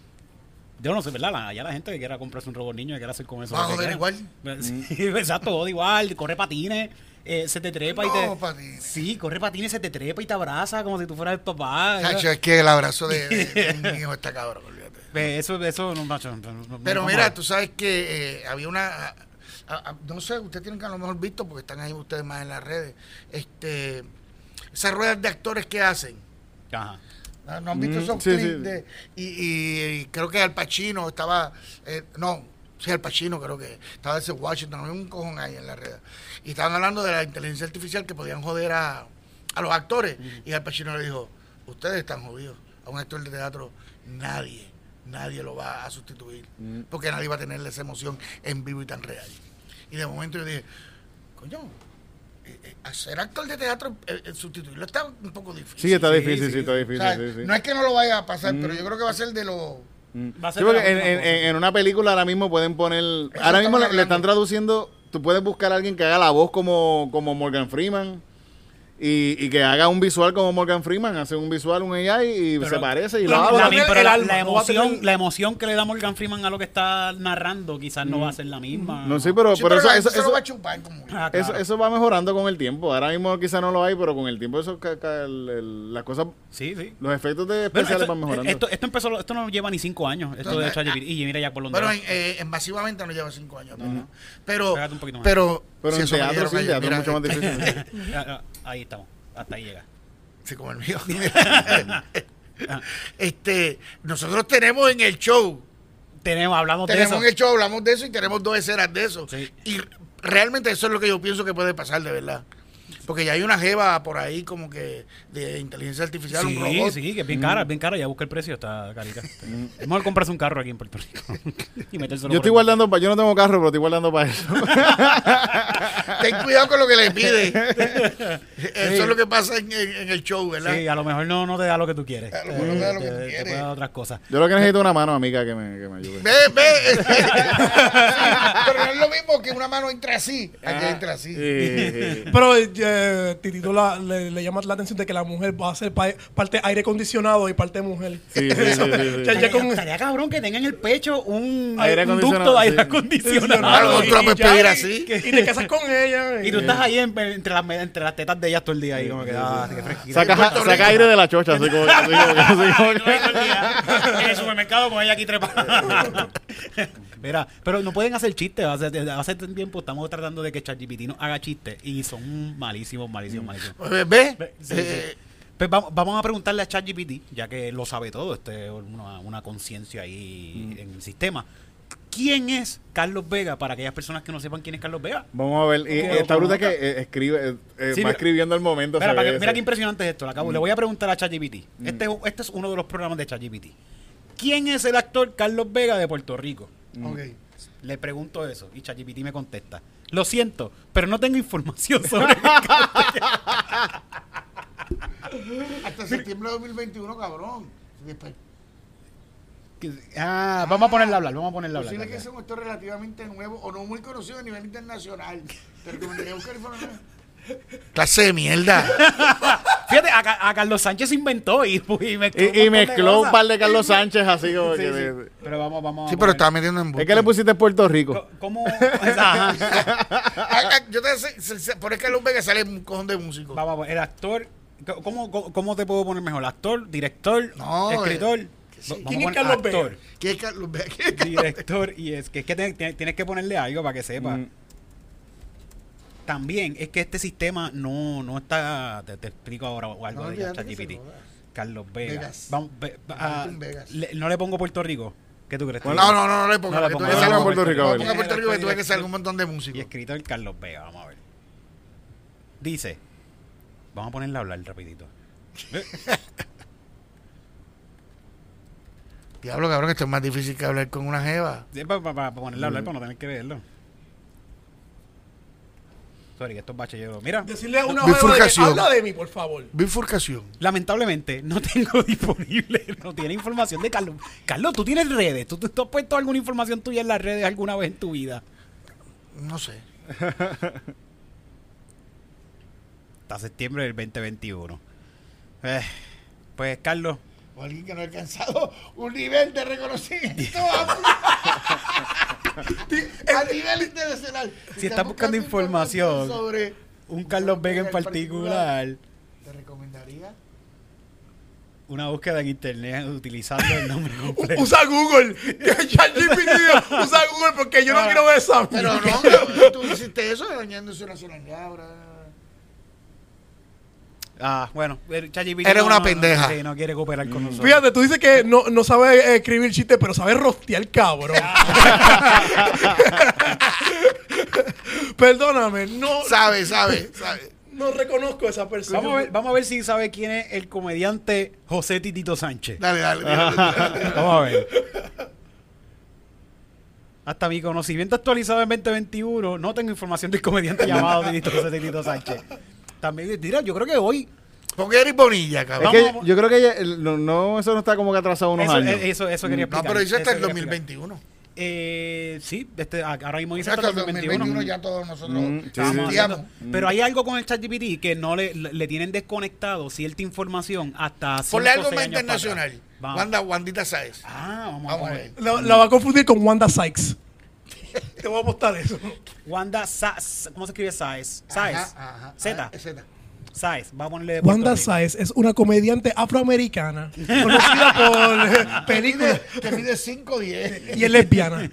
Yo no sé, ¿verdad? La- ya la gente que quiera comprarse un robot niño, que quiera hacer con eso. Va a lo que joder quiera. igual. Sí, exacto, joder igual, corre patines, eh, se te trepa y te... No, patines. Sí, corre patines, se te trepa y te abraza como si tú fueras el papá. Chacho, es que el abrazo de, de, de un hijo está cabrón, olvídate. Eh, Eso, eso no, macho, no- no- Pero no- mira, tú sabes que eh, había una. a- a- a- no sé, ustedes tienen que a lo mejor visto porque están ahí ustedes más en las redes. Este, esas ruedas de actores que hacen. Ajá. ¿No, ¿No han visto Mm, esos sí, clips? sí. De, y, y- y creo que Al Pacino estaba. eh, no, sí, Al Pacino creo que estaba ese Washington, había un cojón ahí en la red. Y estaban hablando de la inteligencia artificial que podían joder a, a los actores. Y Al Pacino le dijo: ustedes están jodidos. A un actor de teatro, nadie, nadie lo va a sustituir. Porque nadie va a tener esa emoción en vivo y tan real. Y de momento yo dije: coño, eh, eh, hacer actor de teatro, eh, eh, sustituirlo está un poco difícil. Sí, está Sí, difícil, sí, sí. está O difícil, sea, sí, sí. no es que no lo vaya a pasar, pero yo creo que va a ser de los... Mm. Va a Sí, ser porque la en, misma en- cosa. en- en una película ahora mismo pueden poner... Ahora estamos mismo le, le hablando. están traduciendo... Tú puedes buscar a alguien que haga la voz como, como Morgan Freeman y, y que haga un visual como Morgan Freeman. Hace un visual, un A I y Pero se parece y la- lo La, habla. la- mi- pero el la, alma, la no va a emoción, tener- la emoción que le da Morgan Freeman a lo que está narrando quizás no va a ser la misma. No, sí, pero, Sí, pero pero eso, la eso, gente se lo eso, va a chupar como... Ah, eso, claro. eso va mejorando con el tiempo. Ahora mismo quizá no lo hay, pero con el tiempo eso ca- ca- el- el- las cosas, Sí, sí. los efectos de Bueno, especiales esto, van mejorando. esto, esto empezó, esto no lleva ni cinco años, esto de Entonces, ChatGPT. Y mira ya por donde Bueno, va. en, eh, en masivamente no lleva cinco años. ¿no? Pero, Pégate un poquito más. pero, pero si en eso me teatro dijeron sí, ayer, teatro es mira, mucho más eh, difícil. Ah, ah, ahí estamos, hasta ahí llega. Sí, como el mío. este, nosotros tenemos en el show, Tenemos, hablamos de tenemos eso. en el show, hablamos de eso y tenemos dos escenas de eso. Sí. Y realmente eso es lo que yo pienso que puede pasar, de verdad. Porque ya hay una jeva por ahí como que de inteligencia artificial, un Sí, robot. sí, que es bien cara, es bien cara. Ya busca el precio, está carita. Es mejor comprarse un carro aquí en Puerto Rico. y metérselo Yo por estoy el- guardando para, yo no tengo carro, pero estoy guardando para eso. Ten cuidado con lo que le pide. Eso es lo que pasa en, en- en el show, ¿verdad? Sí, a lo mejor no, no te da lo que tú quieres. A lo mejor no te da lo que tú te- te quieres. puede dar otras cosas. Yo lo que necesito es una mano amiga que me, que me ayude. Ve, ve. Pero no es lo mismo que una mano entre así, a que entre así. Sí, sí. Pero eh, Titito la- le, le llama la atención de que la mujer va a ser pa- parte aire acondicionado y parte mujer. Sí, sí, sí, sí, sí. Ya- ya con- Estaría cabrón que tenga en el pecho un, Aire un acondicionado, ducto de aire sí. acondicionado. Claro, y- tú la y puedes ya, pedir y- así. Y te casas con ella. Y tú estás ahí en- entre, las, entre las tetas de ellas todo el día ahí, como que, ah, qué fresquita. Saca, Puerto saca Rico. aire de la chocha, así como, así como, así como Ay, no, todo el día en el supermercado con ella aquí trepada. Mira, pero no pueden hacer chistes. Hace, hace tiempo estamos tratando de que ChatGPT no haga chistes y son malísimos, malísimos, malísimos. Ve, ve. Ve, sí, Eh, sí. Pues vamos, vamos a preguntarle a ChatGPT, ya que lo sabe todo, este, una, una conciencia ahí en el sistema. ¿Quién es Carlos Vega para aquellas personas que no sepan quién es Carlos Vega? Vamos a ver. Y, ¿Cómo? esta bruta ¿Cómo? que eh, escribe, eh, eh, Sí, va mira. escribiendo al momento. Mira, se para ve que- mira ese. qué impresionante es esto. Le, acabo, le voy a preguntar a ChatGPT. Este, es- este es uno de los programas de ChatGPT. ¿Quién es el actor Carlos Vega de Puerto Rico? ok. Le pregunto eso y ChatGPT me contesta. Lo siento, pero no tengo información sobre Hasta septiembre de dos mil veintiuno, cabrón. Después, Ah, vamos a ponerle a hablar, vamos a ponerle a hablar. posible que sea un actor relativamente nuevo o no muy conocido a nivel internacional. Te recomendaría buscar información. Clase de mierda. Fíjate, a, Ca- a Carlos Sánchez inventó y, y mezcló, Y, y un montón de mezcló un cosas. par de Carlos Sánchez así como Sí, que... sí. de- Pero vamos, vamos. a Sí, pero poner- estaba metiendo en Es que le pusiste Puerto Rico. Co- ¿Cómo? Ajá. Yo te sé, se- se- por que Luz Vega sale un cojón de músicos. Vamos a poner, el actor. ¿Cómo, cómo, cómo te puedo poner mejor? ¿Actor, director, No, escritor? eh, sí. Vamos ¿Quién a es poner Carlos Vega? actor, ¿Qué es Carlos Vega? ¿Qué es Carlos Vega? director y es que, es que tienes, tienes- tienes que ponerle algo para que sepa. Mm. También es que este sistema no, no está. Te, te explico ahora o algo No, de olvídate que se ChatGPT. joda. Carlos Vega. Vegas. Vamos, ve- ah, Martín Vegas. le- no le pongo Puerto Rico. ¿Qué tú crees? No, no, no, no le ponga. No le que tú ponga, ves no le algo- ponga Puerto Rico, no a le ver. ponga Puerto Rico que tú ves que Director sale un montón de Y músicos. escritor Carlos Vega, vamos a ver. Dice, vamos a ponerle a hablar rapidito. Diablo, cabrón, esto es más difícil que hablar con una jeva. Para ponerle a hablar, para no tener que verlo. Sorry, que esto es bachillero. Mira, Decirle a una jeva de que Bifurcación. habla de mí, por favor. Bifurcación. lamentablemente no tengo disponible, no tiene información de Carlos. Carlos, tú tienes redes, ¿Tú, tú, tú has puesto alguna información tuya en las redes alguna vez en tu vida. No sé. Hasta septiembre del veinte veintiuno. Eh, pues, Carlos, O alguien que no ha alcanzado un nivel de reconocimiento amplio. a nivel internacional. Si estás buscando información sobre un Carlos Vega en particular, te recomendaría una búsqueda en internet utilizando el nombre completo. Usa Google. ChatGPT, usa Google porque yo no quiero ver esa. pero no, no, tú hiciste eso dañando su nacionalidad ahora. Ah, bueno, el ChatGPT Eres no- una no- pendeja. sí, no quiere cooperar con nosotros. Fíjate, tú dices que no, no sabes eh, escribir chistes, pero sabes rostear, cabrón. Perdóname, no, Sabe, sabe, sabe. no reconozco a esa persona. Vamos a, ver, vamos a ver si sabe quién es el comediante José Titito Sánchez. Dale, dale. dale, dale. Vamos a ver. Hasta mi conocimiento actualizado en veinte veintiuno, no tengo información del comediante llamado Titito José Titito Sánchez. También, mira, yo creo que hoy. Porque eres Bonilla, Es cabrón. que Vamos, vamos. yo creo que ella- el- no, no, eso no está como que atrasado unos Eso, años. eh, eso, eso quería No, explicar. pero dice hasta Eso el quería dos mil explicar. veintiuno. Eh, sí, este, ahora mismo O dice sea, hasta hasta el el dos mil dos mil veintiuno veintiuno. ya todos nosotros Mm, sí, Estábamos sí. existíamos. haciendo- Pero hay algo con el ChatGPT que no le, le, le tienen desconectado cierta información hasta Ponle cinco, algo seis más años para internacional. atrás. Vamos. Wanda, Wandita Sáez. Ah, vamos, Vamos a a ver. ver. La, la va a confundir con Wanda Sykes. Te voy a apostar eso. Wanda Saez. ¿Cómo se escribe Saez? Saez. Ajá, ajá. Z. Ah, Z. Saez. Va a ponerle de Puerto Wanda Rico. Sykes es una comediante afroamericana conocida por eh, películas Que mide cinco diez. y es lesbiana.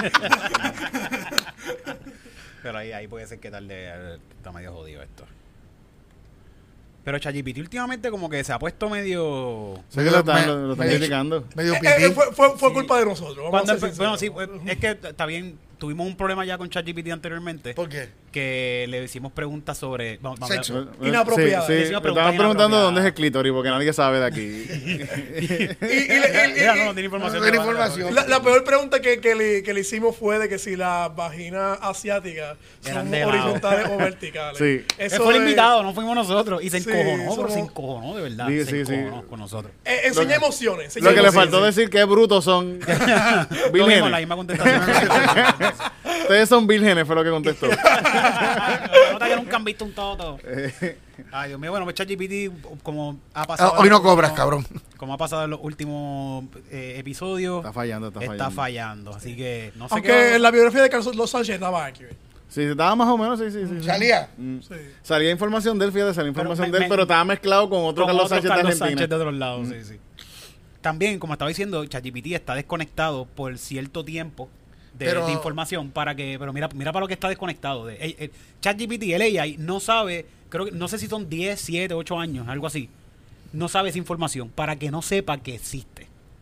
Pero ahí, ahí puede ser que tal de está medio jodido esto. Pero ChatGPT últimamente como que se ha puesto medio... Sé que lo están, Me- lo, lo están me- criticando. Medio Eh, pipí. eh, fue fue, fue culpa de nosotros. Vamos Cuando a ser empe- bueno, sí, sinceros. pues, es que está bien, tuvimos un problema ya con ChatGPT anteriormente. ¿Por qué? que le hicimos preguntas sobre... Vamos, vamos, Sexo. Inapropiada. Sí, sí. Le Me hicimos estaban preguntas preguntando inapropiadas. dónde es el clítoris, porque nadie sabe de aquí. Y, y le- y- y- Mira, no, no tiene información. No tiene de- información. La, la peor pregunta que, que, le, que le hicimos fue de que si las vaginas asiáticas Eran son de lado. horizontales o verticales. Sí. Ese Eso fue el es- invitado, no fuimos nosotros. Y se Sí, encojonó, pero somos- se encojonó, de verdad. Sí, se sí, sí. encojonó con nosotros. Eh, enseña emociones. enseña Lo que le emociones. faltó decir que brutos son Lo mismo, la vírgenes. misma contestación. Ustedes son vírgenes, fue lo que contestó. Nota que nunca han visto un toto. Ay, Dios mío, bueno, pues ChatGPT, como ha Ah, pasado... hoy en no los cobras, últimos- cabrón. Como ha pasado en los últimos eh, episodios, Está fallando, está fallando. fallando. Así que no sé Aunque qué... en la biografía de Carlos Los Sánchez estaba aquí. Sí, estaba más o menos, sí, sí, sí. sí. Salía. Sí. Salía información de él, fíjate, salía Pero información me- de él, me- pero estaba mezclado con otro con Carlos otro Sánchez Carlos de Argentina. Sánchez de otros lados, sí, sí. También, como estaba diciendo, ChatGPT está desconectado por cierto tiempo de, Pero- de información para que... Pero mira mira para lo que está desconectado. De, eh, eh, ChatGPT, el A I, no sabe... Creo que no sé si son diez, siete, ocho años, algo así. No sabe esa información para que no sepa que existe.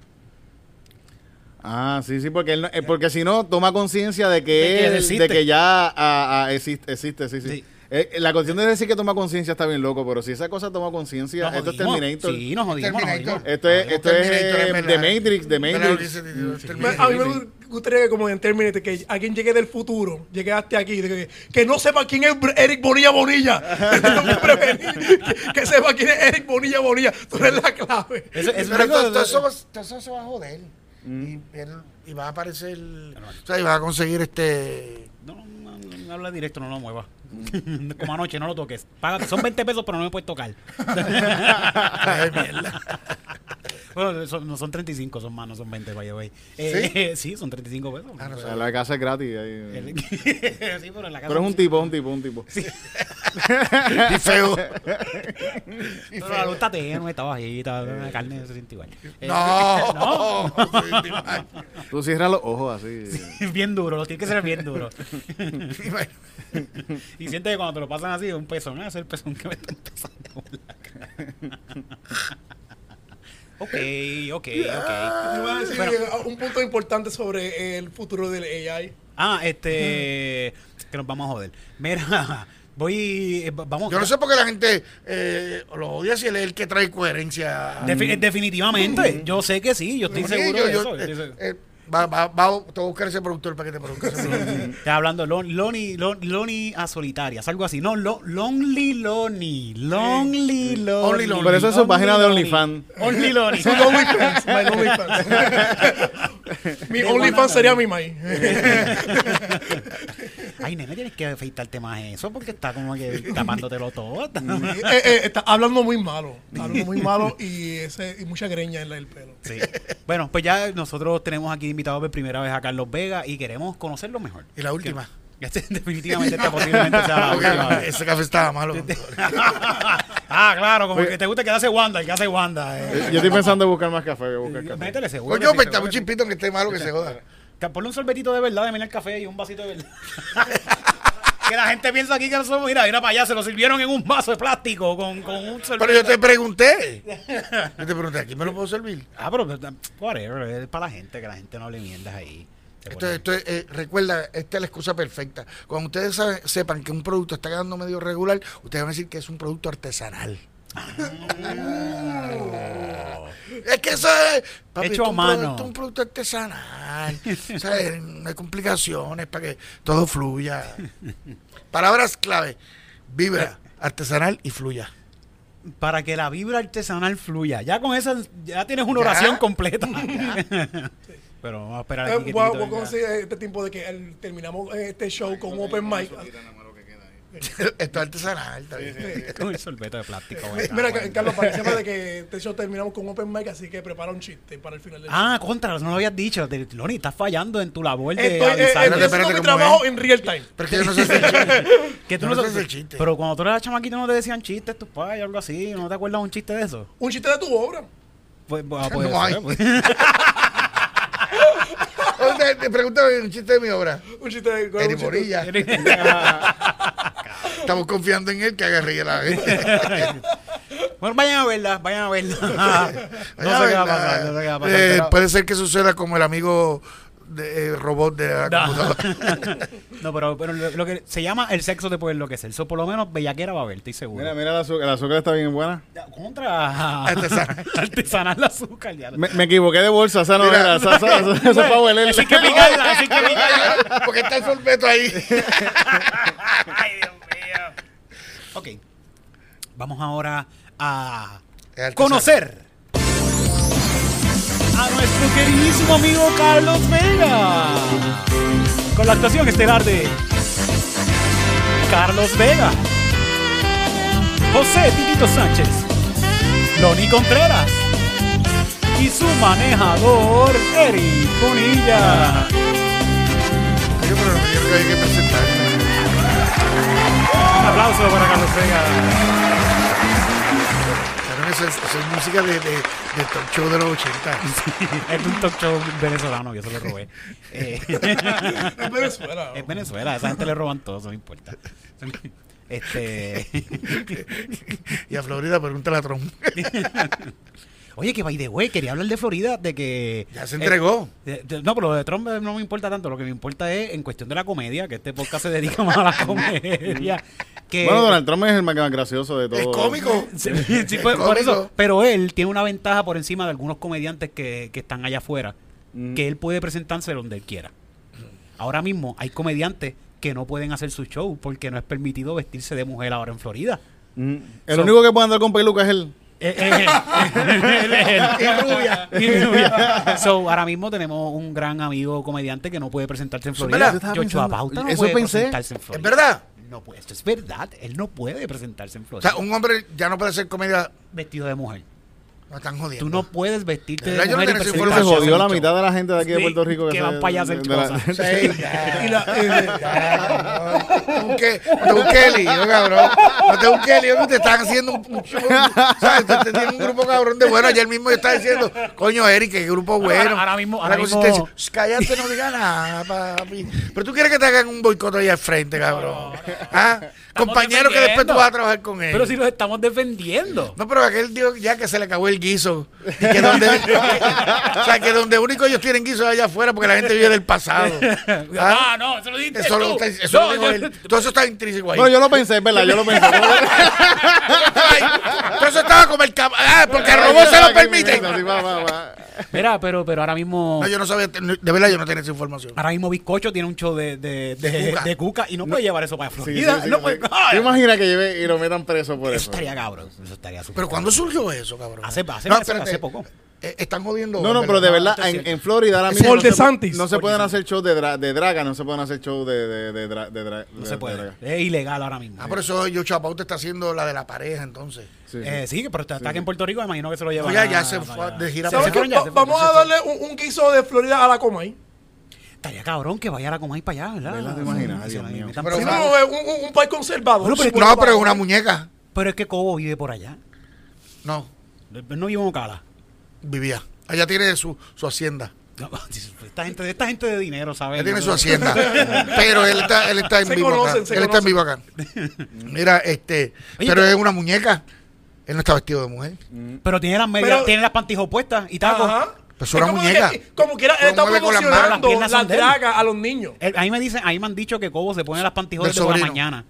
Ah, sí, sí, porque él no- eh, porque si no toma conciencia de que, De que él- existe. de que ya ah, ah, existe, existe, sí, sí. Sí. Eh, la cuestión de decir que toma conciencia está bien loco, pero si esa cosa toma conciencia, Nos esto es jodimos. Terminator. Sí, nos jodimos, nos Terminator. jodimos. Esto es, esto es Terminator, eh, verdad. The Matrix, The ¿Verdad? Matrix. Dice- dice- Mm, Terminator. A mí me gustaría que como en Terminator que alguien llegue del futuro, llegue hasta aquí, de que, que no sepa quién es Eric Bonilla Bonilla. Tengo que prevenir que, que sepa quién es Eric Bonilla Bonilla. Tú eres la clave. Eso, eso Pero es todo, algo- todo eso, va- todo eso se va a joder. Y, él, y va a aparecer. O sea, y va a conseguir este. No, no, no, no habla directo, no lo muevas. Como anoche, no lo toques. Págate, son veinte pesos, pero no me puedes tocar. Ay, mierda. Bueno, son- no son treinta y cinco, son más, no son veinte, by the way. Eh, ¿Sí? son treinta y cinco pesos. Ah, no O sé. sea, la casa es gratis. ahí. El- sí, pero en la casa. Pero es un tipo, es un tipo, es un tipo. Y feo. Y Pero la luz está tenue, está bajita, la carne se siente igual. Eh, No. no. Tú cierras los ojos así. Bien duro, lo tiene que ser bien duro. Y sientes que cuando te lo pasan así, un pezón, ¿eh? Es el pezón que me está empezando por la cara. Ok, ok, ok. Iba a decir Bueno. eh, un punto importante sobre el futuro del A I. Ah, este. Que nos vamos a joder. Mira, voy. eh, Vamos. Yo no sé por qué la gente eh, lo odia si él es el que trae coherencia. Defi- definitivamente. Yo sé que sí, yo estoy Sí, seguro yo- de yo, eso. eh, Yo estoy seguro. eh, va, va, va, te voy a buscar ese productor para que te produzca ese productor. Está hablando Lon- Loni, Lon- Loni a solitarias, algo así. No, Lo- Lonely Loni. Lonely Loni. Only Lonely. Pero eso es su Only página de Loni. OnlyFans. Only Loni. Su OnlyFans, my OnlyFans. Mi De OnlyFans banana. sería mi May. Ay, nene, tienes que afeitarte más eso porque está como que tapándotelo todo. Eh, eh, está hablando muy malo. Está hablando muy malo y, ese, y mucha greña en la del pelo. Sí. Bueno, pues ya nosotros tenemos aquí invitado por primera vez a Carlos Vega y queremos conocerlo mejor. Y la última. Que- Este, definitivamente esta posiblemente sea la Porque última vez. ese café estaba malo. Ah, claro, como el que te gusta que hace Wanda, el que hace Wanda. eh. Yo estoy pensando en buscar más café. Voy a buscar café. Métele seguro. Coño, sí, pues seguro un que sí. chispito que esté malo que se joda. Ca- Ponle un sorbetito de verdad de mí en el café y un vasito de verdad. Que la gente piensa aquí que no somos. Mira, mira para allá, se lo sirvieron en un vaso de plástico con, con un sorbete. Pero yo te pregunté. Yo te pregunté, ¿aquí me lo puedo servir? Ah, pero whatever, es para la gente, que la gente no le miendas ahí. Se Esto, pone- esto es, eh, recuerda, esta es la excusa perfecta. Cuando ustedes saben- sepan que un producto está quedando medio regular, ustedes van a decir que es un producto artesanal. Es que eso es, papi, Hecho esto es a un mano. producto, un producto artesanal. O sea, eh, no hay complicaciones para que todo fluya. Palabras clave: vibra, artesanal y fluya. Para que la vibra artesanal fluya. Ya con esa, ya tienes una Ya. oración completa. Pero vamos a esperar aquí Eh, que voy a- Tito voy a venga. conseguir este tiempo de que el- terminamos este show con un open mic. Esto es artesanal. Está bien. Con el sorbeto de plástico. Eh, venga, Mira, bueno. Carlos, para que sepas de que este show terminamos con un open mic, así que prepara un chiste para el final del Ah, contra, no lo habías dicho. Te- Loni, estás fallando en tu labor show. de Estoy, eh, avisar. Espérate, estoy espérate, haciendo mi ¿cómo trabajo es? en real time. Pero es que yo no sé si el chiste. Que tú Yo no no sabes- sé el chiste. Pero cuando tú eras chamaquito no te decían chistes tus padres o algo así. ¿No te acuerdas un chiste de eso? Un chiste de tu obra. Pues, ah, puede No ser, hay. pues. Te, te pregúntame un chiste de mi obra. Un chiste de ¿cuál es Eri un chiste? Morilla. Estamos confiando en él que haga reír a la gente. Bueno, vayan a verla, vayan a verla. no sé Vaya qué va a verla. pasar, no sé qué va a pasar. Eh, pero- Puede ser que suceda como el amigo de, eh, robot de la No. computadora. No, pero, pero lo, lo que se llama el sexo te puede enloquecer. Eso por lo menos bellaquera va a haber, estoy seguro. Mira, mira, el azúcar, el azúcar está bien buena. Contra Artesanal. artesanal de azúcar. Ya. Me, me equivoqué de bolsa, esa no Mira. era. Esa, esa, esa, esa es para hueler. Así que picarla, así que picarla. Porque está el sorbeto ahí. Ay, Dios mío. Ok. Vamos ahora a Es artesanal. conocer a nuestro queridísimo amigo Carlos Vega. Con la actuación estelar de Carlos Vega, José Titito Sánchez, Loni Contreras y su manejador Eric Bonilla. Yo creo que yo creo que hay que presentar. Un aplauso para Carlos Vega. Claro, eso es, eso es música de, de, de talk show de los ochenta. Es un talk show venezolano, yo se lo robé. Eh, Es Venezuela. es Venezuela, a esa gente le roban todo, eso no importa. Este. Y a Florida, pregúntale a Trump. Oye, que by the way, quería hablar de Florida, de que. Ya se entregó. eh, de- de- no, pero lo de Trump no me importa tanto. Lo que me importa es en cuestión de la comedia, que este podcast se dedica más a la comedia. Que, Bueno, Donald Trump es el más gracioso de todo. Es cómico. Sí, sí, pues, Es por eso. cómico. Pero él tiene una ventaja por encima de algunos comediantes que, que están allá afuera, Mm. que él puede presentarse donde él quiera. Ahora mismo hay comediantes que no pueden hacer su show porque no es permitido vestirse de mujer ahora en Florida. Mm. El So- único que puede andar con peluca es él. Eh, eh, él es él. Y rubia. Y rubia. So, ahora mismo tenemos un gran amigo comediante que no puede presentarse en Eso es Florida. verdad. Yo estaba Joshua pensando- Pauta no eso puede pensé. presentarse en ¿Es Florida. verdad? No puede, esto es verdad. Él no puede presentarse en O Florida sea, un hombre ya no puede hacer comedia. vestido de mujer. No están jodiendo. Tú no puedes vestirte De de verdad, yo no mujer y tenía esa Se presentarse información. jodió en la un mitad show. de la gente de aquí de Sí, Puerto Rico. que se- van para allá a hacer de la- cosas. Sí, ya. Y la, eh, Ya, no te busques, no te busques lío, cabrón. No te busques lío, que te están haciendo un, un show. ¿Sabes? Te, te tienen un grupo cabrón de bueno. Ayer mismo yo estaba diciendo, coño, Eric, qué grupo bueno. Ahora- ahora mismo- Una ahora consistencia. mismo- Shh, cállate, no digas nada, papi. Pero tú quieres que te hagan un boicot ahí al frente, cabrón. ¿Ah? Compañero que después tú vas a trabajar con él. Pero si los estamos defendiendo. No, pero aquel dijo ya que se le acabó el guiso. Y que donde, o sea, que donde único ellos tienen guiso es allá afuera porque la gente vive del pasado. ¿Ah? Ah, no, eso lo dijiste Eso, lo, tú. eso No, lo dijo yo- él. Todo eso está intrínseco ahí. Bueno, yo lo pensé, es verdad, yo lo pensé. Todo eso estaba como el cab- Ah, porque a robot se lo permiten. Así, va, va, va. Mira, pero, pero ahora mismo. No, yo no sabía, de verdad yo no tenía esa información. Ahora mismo Bizcocho tiene un show de, de, de, De cuca. de cuca y no puede llevar eso para Sí, sí, Florida. sí, no sí. puede- ¿Te ¡Ay! imaginas que lleve y lo metan preso por Eso eso? estaría cabrón. Eso estaría súper Pero ¿cuándo surgió eso, cabrón? Hace- hace- No, hace- espérate. hace poco. Eh, están jodiendo. No, no, pero de No, verdad, esto es en, cierto. en Florida ahora Es mismo Paul no se, DeSantis. no se Paul pueden DeSantis. hacer shows de, dra- de draga, no se pueden hacer shows de, de, de, dra- de dra- No de- se de puede. draga. Es ilegal ahora mismo. Ah, por eso yo Chapauta está haciendo la de la pareja, entonces. Sí, sí. Eh, sí, pero está, está aquí en Puerto Rico, me imagino que se lo llevan. No, ya, a- ya se para fue allá. de gira Se para ¿sabes fueron qué? ya, Va- se fueron, Vamos se a fueron. darle un, un guiso de Florida a la Comay. Estaría cabrón que vaya a la Comay para allá, ¿verdad? ¿Verdad? ¿Te imaginas? Sí, Dios sí, mío. me están Pero, Si o sea, pensando. no, es un, un, un país conservador. Bueno, pero es que- No, pero es una muñeca. Pero es que Cobo vive por allá. No, Él no vive en Ocala. vivía. Allá tiene su, su hacienda. No, esta gente, esta gente de dinero, ¿sabes? Él tiene su hacienda. Pero él está, él está en Se vivo conocen, acá. se Él está en conocen. vivo acá. Mira, este. Oye, pero te- es una muñeca. Él no está vestido de mujer. Pero tiene las medias, Pero- tiene las pantijas puestas y tacos. Ajá. Pues es una como muñeca. que- como quiera, él Lo está mueve con las manos. promocionando Las piernas la son de él. draga a los niños. Él- a mí me dicen, a mí me han dicho que Cobo se pone las pantijotas Del de por la sobrino. mañana.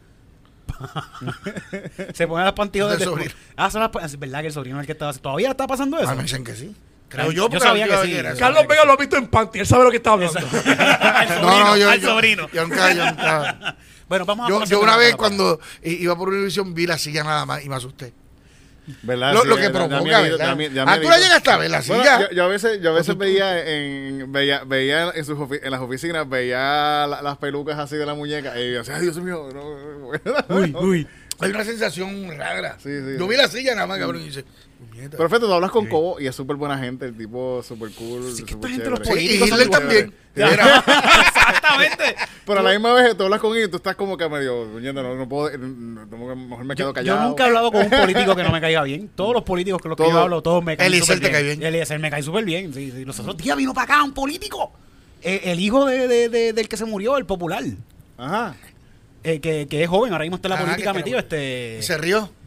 Se pone las pantijotas Del de sobrino. Ah, son las pa- es verdad que el sobrino es el que estaba. ¿Todavía está pasando eso? Ah, me dicen que sí. Creo Yo yo, porque sabía la que última sí. vez que era eso. Carlos Vega lo ha visto en panty. Él sabe lo que está hablando. Al sobrino, No, no, yo. al yo- sobrino. Yo nunca, yo nunca. Bueno, vamos a Yo, conocer yo una primero vez la cuando i- iba por Univision vi la silla nada más y me asusté. ¿Verdad? Lo, Sí, lo que da- da provoca, miedito, ¿verdad? da mi- da Ah, tú la miedito. llegaste a ver la Bueno, silla. yo, yo a veces, yo a veces tú- veía en veía, veía en, sus ofi- en las oficinas, veía la- las pelucas así de la muñeca y yo decía, ay, Dios mío, no. Uy, uy. Hay una sensación rara. Sí, sí, yo sí. vi la silla nada más, cabrón, y dice, puñeta. Perfecto, tú hablas con Cobo y es súper buena gente, el tipo súper cool, Sí, que súper esta gente, los chévere. Sí, y políticos son Hitler iguales. también. Ya. Mira, Exactamente. Pero a la misma vez tú hablas con ellos y tú estás como que medio, puñeta, no, no puedo, no, como que mejor me quedo Yo, callado. yo nunca he hablado con un político que no me caiga bien. Todos los políticos con los que Todo. yo hablo, todos me caen Eliezer súper te cae bien. Eliezer me cae súper bien. Sí, sí. Los otros días vino para acá un político. Eh, el hijo de, de- de- del que se murió, el popular. Ajá. Eh, que, que es joven, ahora mismo está en la Ah, política que metido. te- Este, se rió.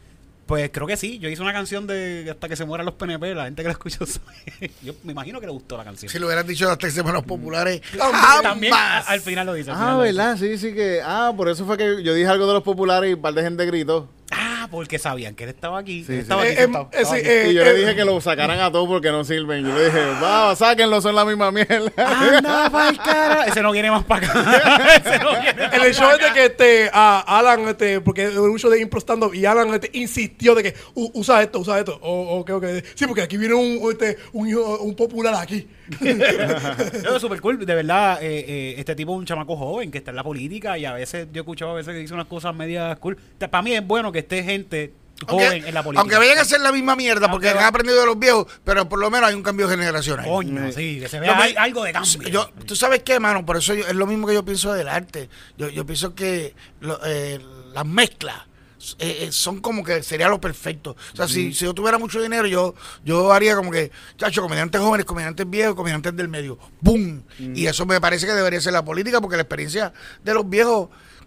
Pues creo que sí. Yo hice una canción de Hasta que se mueran los P N P. La gente que la escuchó sabe. Yo me imagino que le gustó la canción. Si lo hubieras dicho hasta que se los populares. También a- al final lo dice. al final Ah, lo dice. ¿verdad? Sí, sí que... Ah, por eso fue que yo dije algo de los populares y un par de gente gritó. Ah, porque sabían que él estaba aquí. Sí, él sí. estaba aquí Eh, sentado. eh, Estaba sí, aquí. eh, Y yo le eh, dije que lo sacaran a todos porque no sirven. Yo le dije, va, sáquenlo, son la misma mierda. Anda pa'l cara. Ese no viene más para acá. Ese no viene más En el show pa' es de acá. que este, a Alan, este, porque es un show de impro stand-up, y Alan este, insistió de que "U- usa esto, usa esto. O, o, creo que sí, porque aquí viene un, este, un, hijo, un popular aquí. No, es súper cool. De verdad, eh, eh, este tipo es un chamaco joven que está en la política y a veces, yo he escuchado a veces que dice unas cosas medias cool. Para mí es bueno que esté gente joven Aunque, en la política. aunque vayan a hacer la misma mierda porque Aunque han va- aprendido de los viejos, pero por lo menos hay un cambio generacional. Coño, sí, que se Yo vea me- al- algo de cambio. Yo, ¿tú sabes qué, mano? Por eso yo- es lo mismo que yo pienso del arte. Yo, yo pienso que lo- eh, las mezclas eh, eh, son como que sería lo perfecto. O sea, si, si yo tuviera mucho dinero, yo yo haría como que, chacho, comediantes jóvenes, comediantes viejos, comediantes del medio. ¡Bum! Y eso me parece que debería ser la política porque la experiencia de los viejos...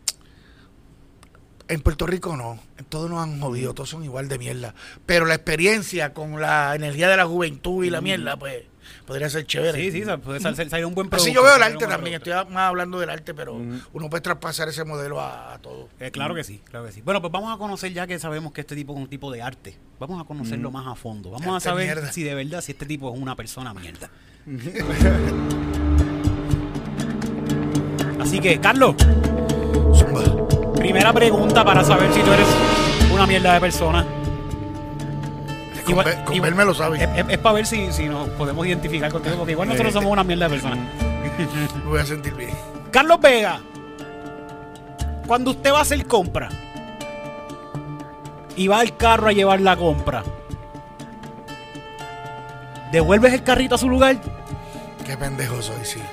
En Puerto Rico no, en todos nos han jodido, todos son igual de mierda. Pero la experiencia con la energía de la juventud y la mierda, pues, podría ser chévere. Sí, sí, puede sal- salir un buen producto. Así yo veo el salir un arte buen también, producto. estoy más hablando del arte, pero uno puede traspasar ese modelo a, a todo. Eh, claro que sí, claro que sí. Bueno, pues vamos a conocer ya que sabemos que este tipo es un tipo de arte. Vamos a conocerlo más a fondo. Vamos a Arte saber mierda. si de verdad, si este tipo es una persona mierda. Así que, Carlos, Zumba. primera pregunta para saber si tú eres una mierda de persona. Con, Igual- ver- con igual- verme lo sabes. Es, es para ver si, si nos podemos identificar contigo, porque igual nosotros somos una mierda de personas. Me voy a sentir bien. Carlos Vega, cuando usted va a hacer compra y va al carro a llevar la compra, ¿devuelves el carrito a su lugar? Qué pendejo soy, sí.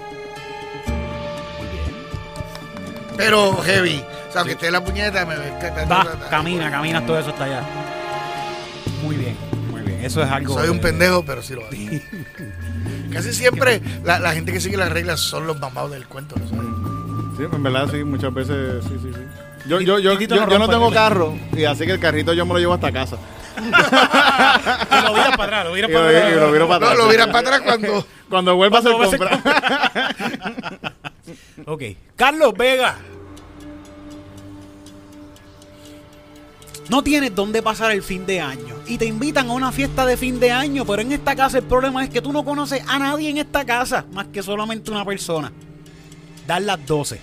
Pero heavy. O sea, aunque esté en la puñeta, me ves que Va, camina, camina, todo eso está allá. Muy bien, muy bien. Eso es algo. Soy un de- pendejo, pero sí lo hago. Casi siempre la, la gente que sigue las reglas son los mamados del cuento, ¿lo sabes? Sí, en verdad sí, muchas veces sí, sí, sí. Yo, yo, yo, Titito yo, no yo no rompa tengo el- carro y así que el carrito yo me lo llevo hasta casa. Y lo viras para atrás, lo viras Y lo, para atrás. y lo viro para No, atrás. lo miras para atrás cuando... Cuando vuelva a hacer Cuando va a hacer compra. Ok. Carlos Vega. No tienes dónde pasar el fin de año y te invitan a una fiesta de fin de año, pero en esta casa el problema es que tú no conoces a nadie en esta casa, más que solamente una persona. Dan las doce.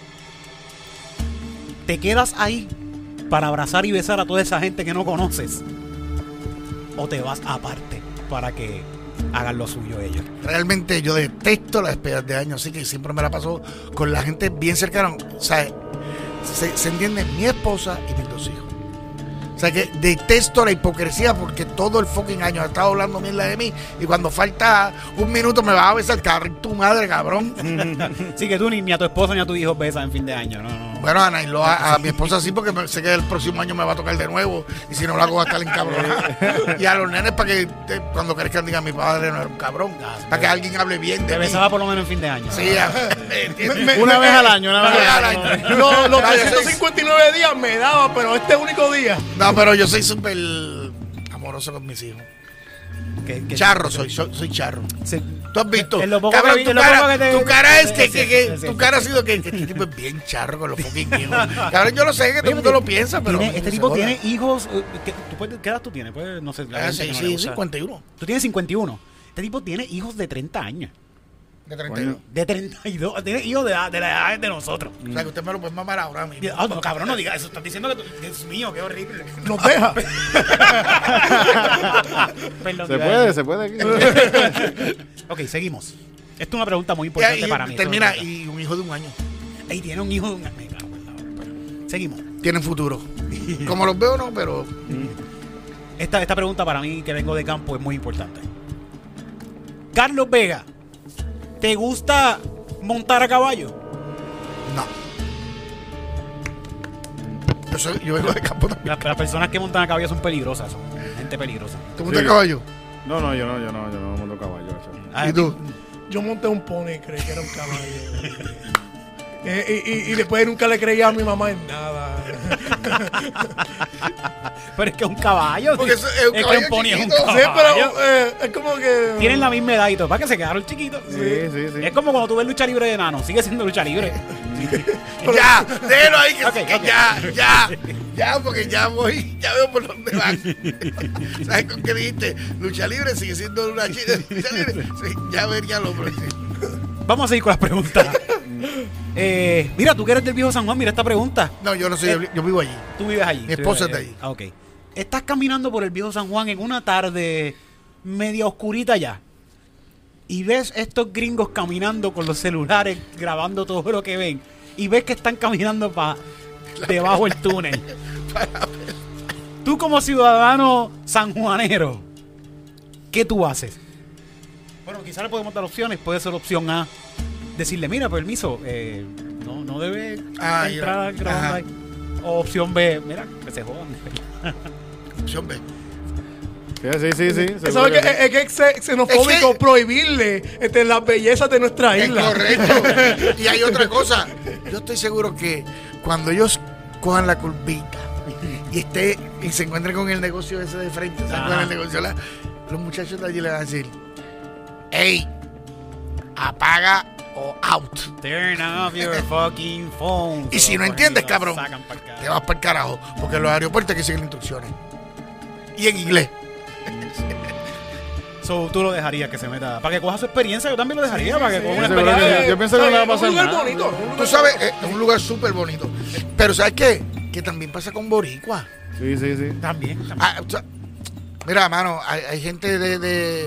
¿Te quedas ahí para abrazar y besar a toda esa gente que no conoces? ¿O te vas aparte para que hagan lo suyo ellos? Realmente yo detesto las despedidas de año, así que siempre me la paso con la gente bien cercana. O sea, se, se entiende mi esposa y mis dos hijos. O sea que detesto la hipocresía porque todo el fucking año ha estado hablando mierda de mí y cuando falta un minuto me vas a besar, cabrón, tu madre, cabrón. Sí, que tú ni, ni a tu esposo ni a tu hijo besas en fin de año. No, no. Bueno, Ana, y lo, a, a mi esposa sí, porque me- sé que el próximo año me va a tocar de nuevo y si no lo hago va a estar encabronada. Y a los nenes para que eh, cuando crezcan digan mi padre no era un cabrón, Ah, sí, para que alguien hable bien Te de mí. besaba por lo menos en fin de año. Sí, a- ¿entiendes? Me- Una vez al año, una vez Una al vez año. al año. Los, los No, yo soy- trescientos cincuenta y nueve días me daba, pero este único día. No, pero yo soy súper amoroso con mis hijos. Que- que- Charro soy, soy, soy charro. Sí. ¿Tú has visto? En lo poco Cabrón, que vi- tu, en lo cara, poco que te- tu cara es que, Sí, que, sí, que- sí, sí, tu sí. cara ha sido que, que este tipo es bien charro con los fucking hijos. Cabrón, yo lo sé que todo el mundo lo piensa, pero Tiene- este se tipo joda. tiene hijos. eh, ¿Qué, tú puedes- ¿qué edad tú tienes? Pues, no sé. la Ah, gente sí, que no le sí, gusta. cincuenta y uno. Tú tienes cincuenta y uno. Este tipo tiene hijos de treinta años. De treinta y uno. De treinta y dos. Tiene hijos de, la- de la edad de nosotros. O sea, que usted me lo puede mamar ahora mismo. Ah, no, cabrón, no digas eso. Estás diciendo que tú. Dios mío, qué horrible. Nos deja. Perdón, Se iba a puede, decir. se puede aquí. Ok, seguimos. Esta es una pregunta muy Y, importante y para mí. termina, Esta es una y un hijo de un año. pregunta. Y tiene un hijo de un. Me cago en la hora, pero- Seguimos. Tienen futuro. Como los veo, no, pero Esta, esta pregunta para mí, que vengo de campo, es muy importante. Carlos Vega, ¿te gusta montar a caballo? no. Yo, soy, yo vengo de campo también. Las, las personas que montan a caballo son peligrosas, son gente peligrosa. ¿Tú montas Sí. caballo? No, no, yo no, yo no, yo no monto caballo. chaval. Ah, ¿Y tú? Yo monté un pony, creí que era un caballo. Eh, y, y, y después nunca le creía a mi mamá en nada. Pero es que es un caballo. Porque sí. eso es un es caballo que un pony es un chiquito. Sí, caballo. pero eh, es como que... Tienen la misma edad y todo. Para que se quedaron chiquitos. Sí, sí, sí. Es como cuando tú ves lucha libre de enano. Sigue siendo lucha libre. Ya, déjelo ahí, que, Ok, que ok. ya, ya, ya, porque ya voy, ya veo por dónde van. ¿Sabes con qué dijiste? Lucha libre sigue siendo una chica. Lucha libre, sí, ya vería lo próximo. Vamos a seguir con las preguntas. eh, mira, tú que eres del viejo San Juan, mira esta pregunta. No, yo no sé, yo, yo vivo allí. Tú vives allí. Mi esposa es de allí. Ah, ok. Estás caminando por el viejo San Juan en una tarde media oscurita ya. Y ves estos gringos caminando con los celulares, grabando todo lo que ven. Y ves que están caminando para debajo del túnel. Tú como ciudadano sanjuanero, ¿qué tú haces? Bueno, quizás le podemos dar opciones. Puede ser opción A, decirle, mira, permiso, eh, no, no debe Ah, entrar ya. grabando Ajá. ahí. O opción B, mira, que se jodan. Opción B. Sí, sí, sí. sí, seguro ¿Sabes que que sí. es, es que es xenofóbico Es que- prohibirle este, las bellezas de nuestra Es isla? correcto. Y hay otra cosa. Yo estoy seguro que cuando ellos cojan la curvita y esté y se encuentren con el negocio ese de frente, se Ajá. con el negocio, la- los muchachos de allí le van a decir, hey, apaga o out. Turn off your fucking phone. Y Se si lo no cogen entiendes, y lo cabrón, sacan pa'l carajo. te vas para el carajo, porque en los aeropuertos hay que seguir instrucciones. Y en inglés. So, tú lo dejarías que se meta. Para que coja su experiencia, yo también lo dejaría. para que sí. coja una Yo seguro experiencia. que- yo pienso que no le va a pasar Es un lugar nada. bonito. es un lugar Tú sabes, bonito. eh, es un lugar súper bonito. Pero ¿sabes qué? Que también pasa con boricua. Sí, sí, sí. También, también. Ah, o sea, mira, mano, hay, hay gente de, de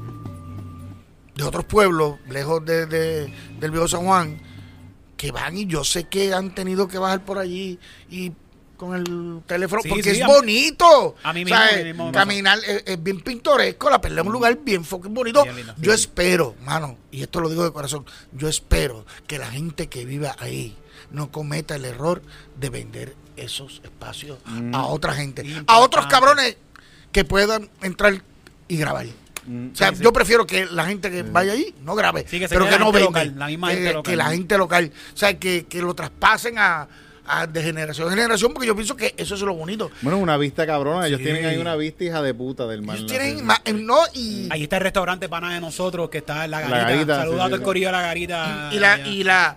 de otros pueblos, lejos de, de- del viejo San Juan, que van y yo sé que han tenido que bajar por allí y con el teléfono, Sí, porque sí, es a mí- bonito. a mí O mismo, sea, a mí mismo me caminar es, es bien pintoresco, la perla es un lugar bien fucking bonito. Bien lindo. Yo espero, mano, y esto lo digo de corazón, yo espero que la gente que viva ahí no cometa el error de vender esos espacios a otra gente, a otros Importante. cabrones que puedan entrar y grabar. O sea, Sí, sí. yo prefiero que la gente que vaya allí no grabe, Sí, que se pero quede que la no gente venda. local, la misma que, gente local. que la gente local. O sea, que, que lo traspasen a, a de generación en generación, porque yo pienso que eso es lo bonito. Bueno, una vista cabrona. Ellos Sí. tienen ahí una vista hija de puta del mar. Ellos ¿no? tienen Sí. más, eh, no, y, Ahí está el restaurante pana de nosotros que está en la La garita. Garita, Saludos sí, a sí, todo el sí. corillo de la garita. y la, allá. y la,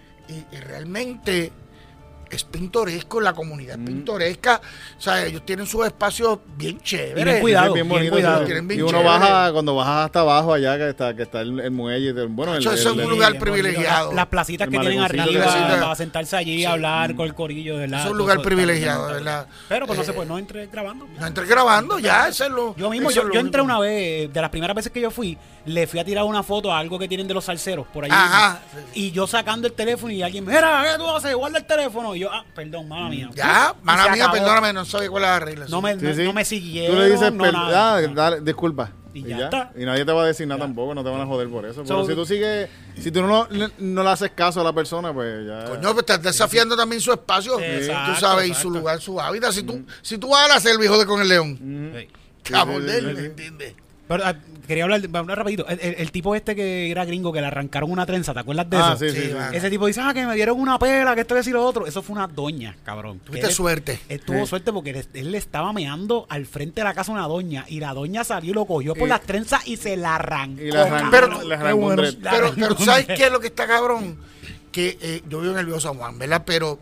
y, y realmente es pintoresco, la comunidad es pintoresca. O sea, ellos tienen sus espacios bien chéveres. Y bien cuidado. Sí, bien bien bonito, cuidado. sí. Tienen bien Y uno chévere. baja, cuando bajas hasta abajo allá, que está, que está el, el muelle. del- Bueno, el, Eso es el- un el- lugar bien privilegiado. bonito. Las placitas El que tienen maleconcito arriba que- para sentarse allí a hablar con el corillo, ¿verdad? Es un Todo lugar eso privilegiado, está bien, ¿verdad? Pero pues no se Eh, puede, no entre grabando. No entré grabando, ya, eso es lo. Yo mismo, eso yo, es lo yo entré único. una vez, eh, de las primeras veces que yo fui, le fui a tirar una foto a algo que tienen de los salseros por ahí. Ajá. Y yo sacando el teléfono y alguien, mira, ¿qué tú haces? Guarda el teléfono. Y yo, ah, perdón, mala mía. Ya, Y mala se mía, acabó. perdóname, no sabía cuál es la regla. No me, Sí, no, sí. no me siguieron. Tú le dices, no per- nada. ah, dale, disculpa. Y ya está. Y nadie te va a decir nada tampoco, no te van a joder por eso. Pero So- si tú sigues, si tú no, no, no le haces caso a la persona, pues ya. Coño, pues estás desafiando también su espacio, Exacto, tú sabes, y exacto. su lugar, su hábitat. Si tú, si tú vas a la selva, hijo de con el león, Sí. cabrón sí, de sí, él, sí. ¿me entiendes? Pero ah, quería hablar, de- hablar rapidito. El, el- el tipo este que era gringo, que le arrancaron una trenza, ¿te acuerdas de Ah, eso? sí, sí, Sí, sí. mano. Ese tipo dice, ah, que me dieron una pela, que esto y lo otro. Eso fue una doña, cabrón. Tuviste Que él- suerte. Él tuvo Sí. suerte porque él, él le estaba meando al frente de la casa a una doña y la doña salió y lo cogió por Y- las trenzas y se la arrancó. Y le arrancó, Pero- le arrancó un bueno. dread. La Pero, arrancó pero un ¿sabes dedo. qué es lo que está cabrón? Que eh, yo vivo en el Viejo San Juan, ¿verdad? Pero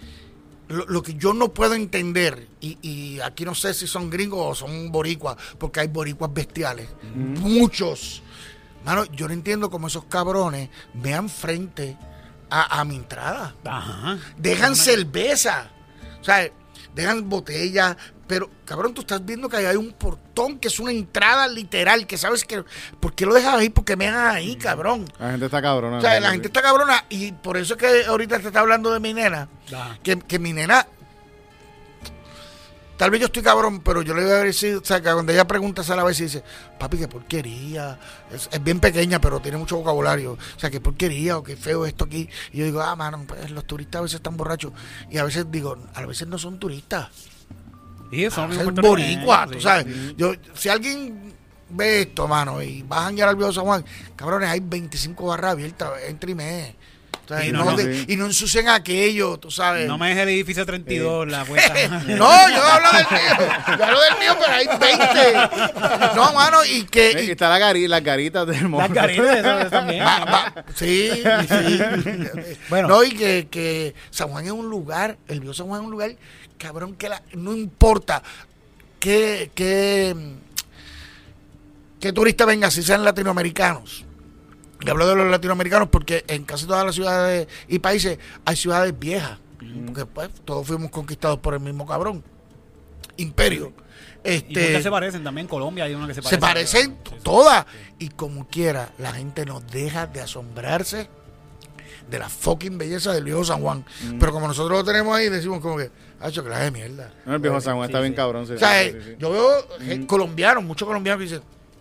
lo, lo que yo no puedo entender, y, y aquí no sé si son gringos o son boricuas, porque hay boricuas bestiales, muchos. Mano, yo no entiendo cómo esos cabrones vean frente a, a mi entrada. Ajá. Dejan cerveza, o sea, dejan botellas, pero cabrón, tú estás viendo que ahí hay un portón que es una entrada literal, que sabes que, ¿por qué lo dejas ahí? Porque me dejan ahí, cabrón. La gente está cabrona. O sea, la sí. gente está cabrona y por eso es que ahorita te está hablando de mi nena, Ajá. que, que mi nena, tal vez yo estoy cabrón, pero yo le voy a decir, o sea, que cuando ella pregunta a la vez y dice, papi, qué porquería, es, es bien pequeña, pero tiene mucho vocabulario, o sea, qué porquería o qué feo esto aquí, y yo digo, ah, mano, pues los turistas a veces están borrachos, y a veces digo, a veces no son turistas, Y eso, a veces es boricua, tú sabes, yo, si alguien ve esto, mano, y vas a janguear al Viejo San Juan, cabrones, hay veinticinco barras abiertas, entre y me, O sea, Sí, y, no, no, no, de- sí. y no ensucien aquello, tú sabes. No me dejes el edificio treinta y dos, la vuelta. No, yo hablo del mío. Yo hablo del mío, pero hay veinte. No, mano, y que. Eh, y- está la gari, las garitas del morro. Las garitas, eso, eso también. va- va- sí, sí. Bueno. No, y que, que San Juan es un lugar, el viejo San Juan es un lugar, cabrón, que la- no importa que, que, que turista venga, si sean latinoamericanos. Y hablo de los latinoamericanos porque en casi todas las ciudades y países hay ciudades viejas. Porque pues todos fuimos conquistados por el mismo cabrón. Imperio. Y Este, muchas se parecen también. Colombia hay una que se parece. se parecen Sí, sí. todas. Y como quiera, la gente no deja de asombrarse de la fucking belleza del viejo San Juan. Pero como nosotros lo tenemos ahí, decimos como que, hacho, clase de mierda. No, el viejo San Juan Sí, está bien sí. cabrón. Sí, O sea, sí, eh, sí, sí. yo veo gente- colombianos, muchos colombianos que dicen,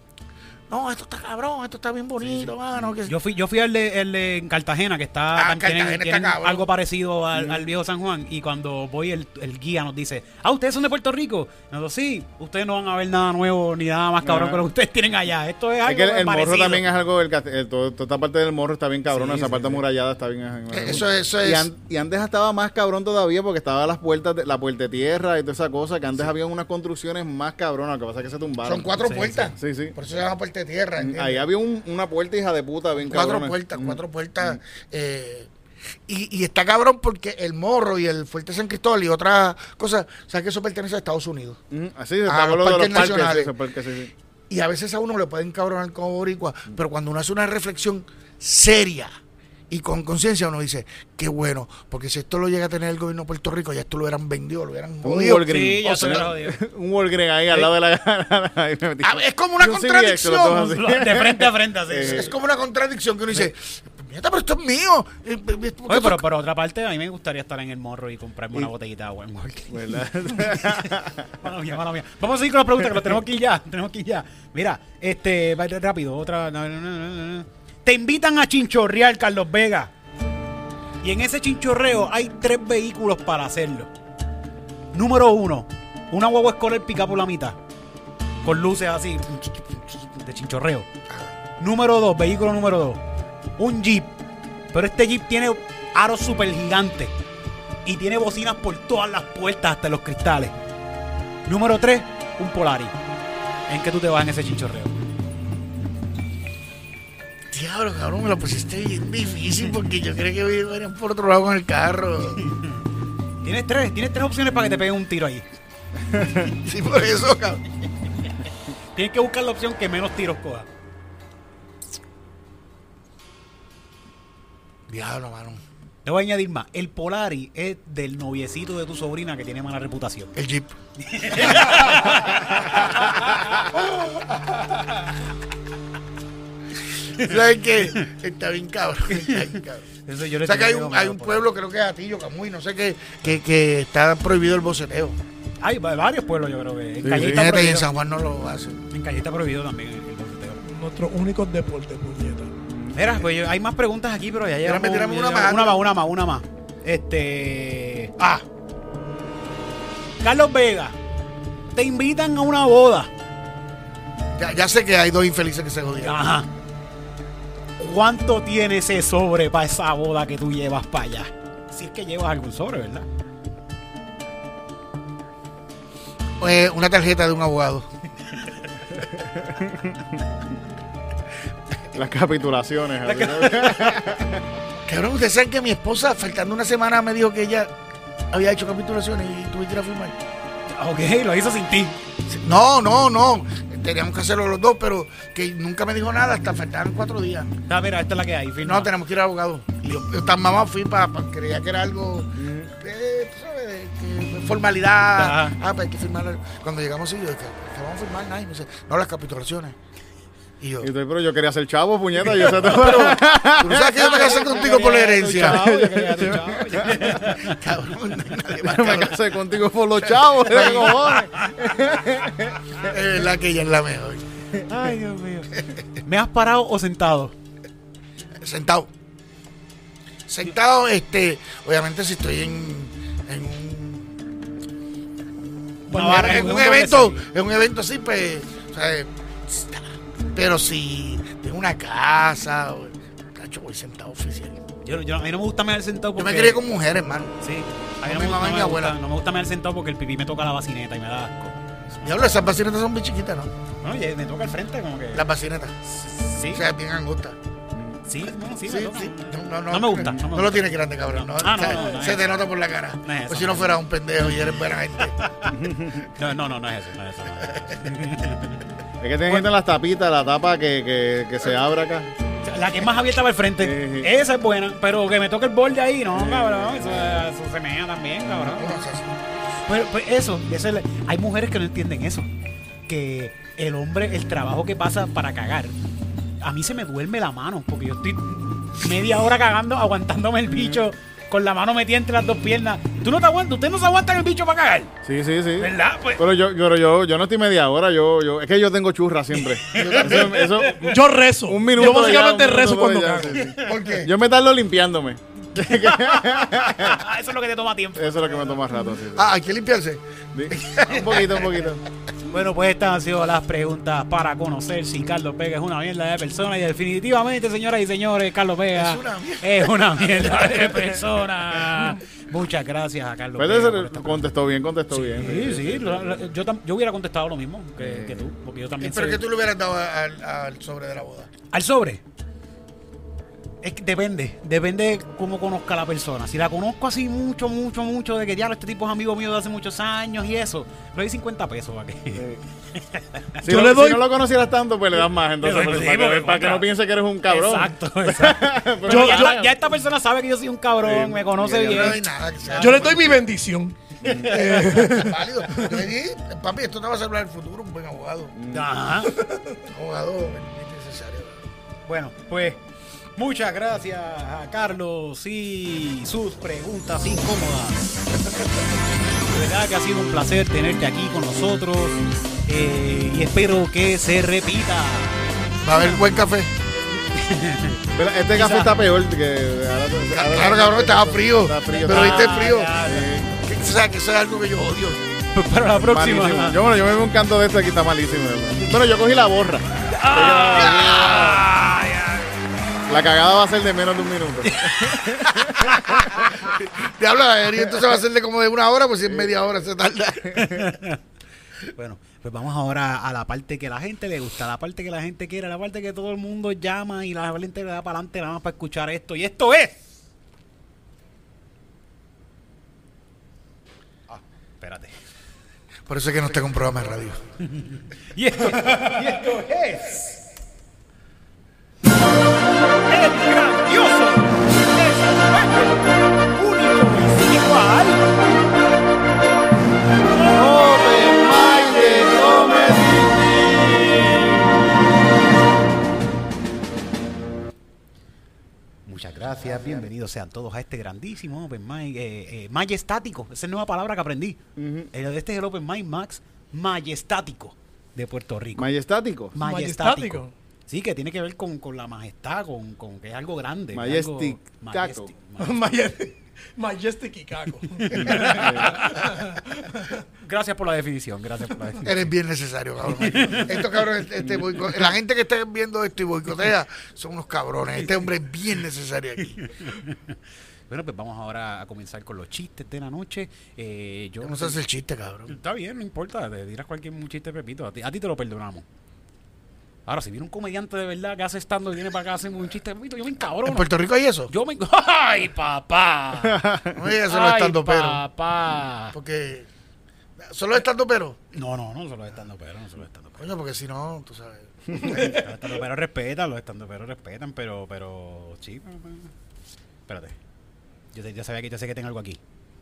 no, esto está cabrón, esto está bien bonito, mano. Que... Yo fui, yo fui al de, el de en Cartagena, que está Ah, tam- tienen- Cartagena está tienen cabrón. algo parecido al, al viejo San Juan. Y cuando voy, el, el guía nos dice, ah, ¿ustedes son de Puerto Rico? Y nosotros, sí, ustedes no van a ver nada nuevo ni nada más cabrón Ajá. que lo que ustedes tienen allá. Esto es algo Es que el, el morro parecido. también es algo, el, cast- el- todo- toda esta parte del morro está bien cabrón, Sí, esa sí, parte sí. amurallada está bien. Eh, Eso, eso Y, es. an- y antes estaba más cabrón todavía porque estaba las puertas, de, la puerta de tierra y toda esa cosa, que antes había unas construcciones más cabronas, lo que pasa es que se tumbaron. Son cuatro Sí, puertas. sí. Sí, sí. Por eso se llama puerta de tierra. ¿entiendes? Ahí había un- una puerta hija de puta bien Cuatro cabrona. puertas, Mm. cuatro puertas. eh, y, y está cabrón porque el Morro y el Fuerte San Cristóbal y otras cosas, o sea que eso pertenece a Estados Unidos. Mm, Así está Ah, con lo los de los parques parques. nacionales. sí, esos parques, sí, sí. Y a veces a uno le pueden cabronar como boricua, pero cuando uno hace una reflexión seria y con conciencia, uno dice, qué bueno, porque si esto lo llega a tener el gobierno de Puerto Rico, ya esto lo hubieran vendido, lo hubieran Un jodido. Walgreens. Sí, ya O se sea, me lo jodido. Un Walgreens ahí al lado de la ahí me metí. Ah, es como una Y un C V X, los dos contradicción. así. De frente a frente, así. Eh, Es como una contradicción que uno dice, "Puñeta, pero esto es mío. Eh, eh, Oye, esto- pero por otra parte, a mí me gustaría estar en el morro y comprarme una botellita de agua en Walgreens. ¿Verdad? Mala mía, mala mía. Vamos a seguir con las preguntas que lo tenemos aquí ya. Tenemos aquí ya. Mira, este, va rápido, otra. no, no, no, no, no. Te invitan a chinchorrear, Carlos Vega. Y en ese chinchorreo hay tres vehículos para hacerlo. Número uno, una guagua escolar pica por la mitad. Con luces así, de chinchorreo. Número dos, vehículo número dos, un Jeep. Pero este Jeep tiene aros super gigantes. Y tiene bocinas por todas las puertas, hasta los cristales. Número tres, un Polaris. ¿En qué tú te vas en ese chinchorreo? Diablo, cabrón, me lo pusiste bien difícil porque yo creo que venían por otro lado con el carro. Tienes tres, tienes tres opciones para que te peguen un tiro ahí. Sí, por eso, cabrón. Tienes que buscar la opción que menos tiros coja. Diablo, mano. Te voy a añadir más. El Polaris es del noviecito de tu sobrina que tiene mala reputación. El Jeep. ¿Sabes qué? Está bien cabrón. Está bien cabrón. Eso yo le O sea que hay tengo un, miedo hay un por pueblo, creo que es Atillo, Camuy, no sé qué, que, que está prohibido el boceteo. ahí. Hay va- varios pueblos, yo creo que. En Sí, Calle sí. está Fíjate, y en prohibido. San Juan no lo hacen. En Calle está prohibido también el, el boceteo. Nuestros únicos deportes, puñeta. Mira, pues yo- hay más preguntas aquí, pero ya llegamos. Tírame, tírame ya una llegamos- más. Una más, una más, una más. Este. Ah, Carlos Vega, te invitan a una boda. ya, ya sé que hay dos infelices que se jodieron. Ajá. ¿Cuánto tiene ese sobre para esa boda que tú llevas para allá? Si es que llevas algún sobre, ¿verdad? Eh, una tarjeta de un abogado. Las capitulaciones. así, ¿no? Cabrón, ustedes saben que mi esposa, faltando una semana, me dijo que ella había hecho capitulaciones y tuve que ir a firmar. Ok, lo hizo sin ti. No, no, no. Teníamos que hacerlo los dos, pero que nunca me dijo nada hasta faltaban cuatro días. Ah, mira, esta es la que hay. Firma. No, tenemos que ir al abogado. Y yo, yo tan mamá fui para, creía que era algo, eh, tú sabes, de que formalidad. Ajá. Ah, pues hay que firmar. Cuando llegamos, sí, yo dije, ¿qué vamos a firmar? Nada. Y me dice, no, las capitulaciones. Y yo, Y tú, pero yo quería ser chavo, puñeta. Yo sé todo. ¿tú no sabes que yo me casé contigo por la herencia? Chao, yo quería tu chao. Cabrón, no hay nadie más Yo me cabrón. casé contigo por los chavos. ¿qué cojones? Es verdad que ella es la mejor. Ay, Dios mío. ¿Me has parado o sentado? Sentado. Sentado, este, obviamente si estoy en, en un, Una barra, en un un evento, doble en un evento así, pues, o sea, está. Pero si tengo una casa, o- Yo voy sentado oficial. Yo, yo, a mí no me gusta mear sentado porque... Yo me crié con mujeres, hermano. Sí. A mí Con no, mi me, mamá y no mi me abuela. gusta, no me gusta mear sentado porque el pipí me toca la bacineta y me da asco. Diablo, esas vacinetas son bien chiquitas, ¿no? No, y me toca el frente como que... Las vacinetas. Sí, O sea, bien angostas. sí, no, sí, Sí, me toca. sí. No, no, No me gusta, no me No gusta. lo tienes grande, cabrón. No, Ah, no, se no, no se es te eso. nota por la cara. No es eso, Pues si no no es fueras un pendejo y eres buena gente. No, no, no, no es eso, no es eso. No es eso. Es que tiene gente en las tapitas, la tapa que, que, que se abre acá. La que es más abierta para el frente, Sí, sí. esa es buena, pero que me toque el borde ahí, no, cabrón, eso, eso se mea también, cabrón. No sé, sí. Pero pues eso, eso es- hay mujeres que no entienden eso, que el hombre, el trabajo que pasa para cagar, a mí se me duerme la mano, porque yo estoy media hora cagando, aguantándome el bicho con la mano metida entre las dos piernas. ¿Tú no te aguantas? ¿Ustedes no se aguantan el bicho para cagar? Sí, sí, sí. ¿Verdad? Pues, Pero yo, pero yo, yo no estoy media hora, yo, yo, es que yo tengo churra siempre. Eso, eso- Yo rezo. un minuto. Yo básicamente ya, un rezo minuto cuando ya, cago. sí, sí. ¿Por qué? Yo me tardo limpiándome. eso es lo que te toma tiempo. Eso es lo que me toma rato. Sí, sí. Ah, hay que limpiarse. Un poquito, un poquito. Bueno, pues estas han sido las preguntas para conocer si Carlos Vega es una mierda de persona. Y definitivamente, señoras y señores, Carlos Vega Es una mierda. es una mierda de persona. Muchas gracias a Carlos Pero Vega. ese por esta contestó bien, contestó bien. Sí, sí, lo- lo- yo, tam- yo hubiera contestado lo mismo que, que tú, porque yo también ¿Pero soy- qué tú le hubieras dado al, al sobre de la boda? Al sobre. Es que depende, depende cómo conozca a la persona. Si la conozco así mucho, mucho, mucho, de que ya este tipo es amigo mío de hace muchos años y eso, le doy cincuenta pesos para que... Si, Yo no, le doy- si no lo conocieras tanto, pues le das más. Entonces, Le doy- pues, sí, para, que, porque para que no contra- piense que eres un cabrón. Exacto, exacto. Pero Yo- ya, yo- la- ya esta persona sabe que yo soy un cabrón, Sí. me conoce Yo Yo no le doy bien. nada. Que sea Yo le doy mi bendición. Es válido. Yo le dije, papi, esto te va a salvar el futuro, un buen abogado. Ajá. Abogado es necesario. Bueno, pues muchas gracias a Carlos y sus preguntas incómodas. De verdad que ha sido un placer tenerte aquí con nosotros eh, y espero que se repita. Va a haber buen café. Pero este Quizá. café está peor que. Ahora, ahora- Claro, cabrón, estaba frío. Está frío. Pero viste el Ah, frío. ya, ya. Que- O sea, que eso es algo que yo odio. Para la próxima. Malísimo. Yo, bueno, yo me veo un canto de este aquí, está malísimo. ¿verdad? Bueno, yo cogí la borra. La cagada va a ser de menos de un minuto. Te habla, y entonces va a ser de como de una hora, pues si en media hora se tarda. Bueno, pues vamos ahora a la parte que la gente le gusta, la parte que la gente quiere, la parte que todo el mundo llama y la gente le da para adelante nada más para escuchar esto. Y esto es... Ah, espérate. Por eso es que no tengo un programa de radio. Y esto, y esto es... El grandioso, el único y sin igual. Open Minded Comedy. Muchas gracias, bienvenidos sean todos a este grandísimo Open Mic, eh, eh, majestático, esa es nueva palabra que aprendí. Ujú. El- Este es el Open Mic Max majestático de Puerto Rico. Majestático. majestático. Majestático. Sí, que tiene que ver con, con la majestad, con, con que es algo grande. Majestic algo- taco. majestic, majestic. Majestic y caco. Gracias por la definición, gracias por la definición. Eres bien necesario, cabrón. Estos cabrones, este boico- la gente que esté viendo esto y boicotea son unos cabrones. Este hombre es bien necesario aquí. Bueno, pues vamos ahora a comenzar con los chistes de la noche. Eh, yo No se hace el chiste, cabrón. Está bien, no importa, te dirás cualquier un chiste, Pepito. A ti, a ti te lo perdonamos. Ahora, si viene un comediante de verdad que hace estando y viene para acá a hacerme un chiste, Pepito, yo me ¿En encabrono. Puerto Rico hay eso? Yo me... ¡Ay, papá! No digas solo ¡Ay, estando pero. papá! Porque. ¿Solo estando pero? No, no, no solo estando pero, no solo estando pero. Coño, porque si no, tú sabes. Los estando pero respetan, los estando pero respetan, pero, pero, sí. pero- pero- Espérate. Yo te- ya sabía que, ya sé que tengo algo aquí.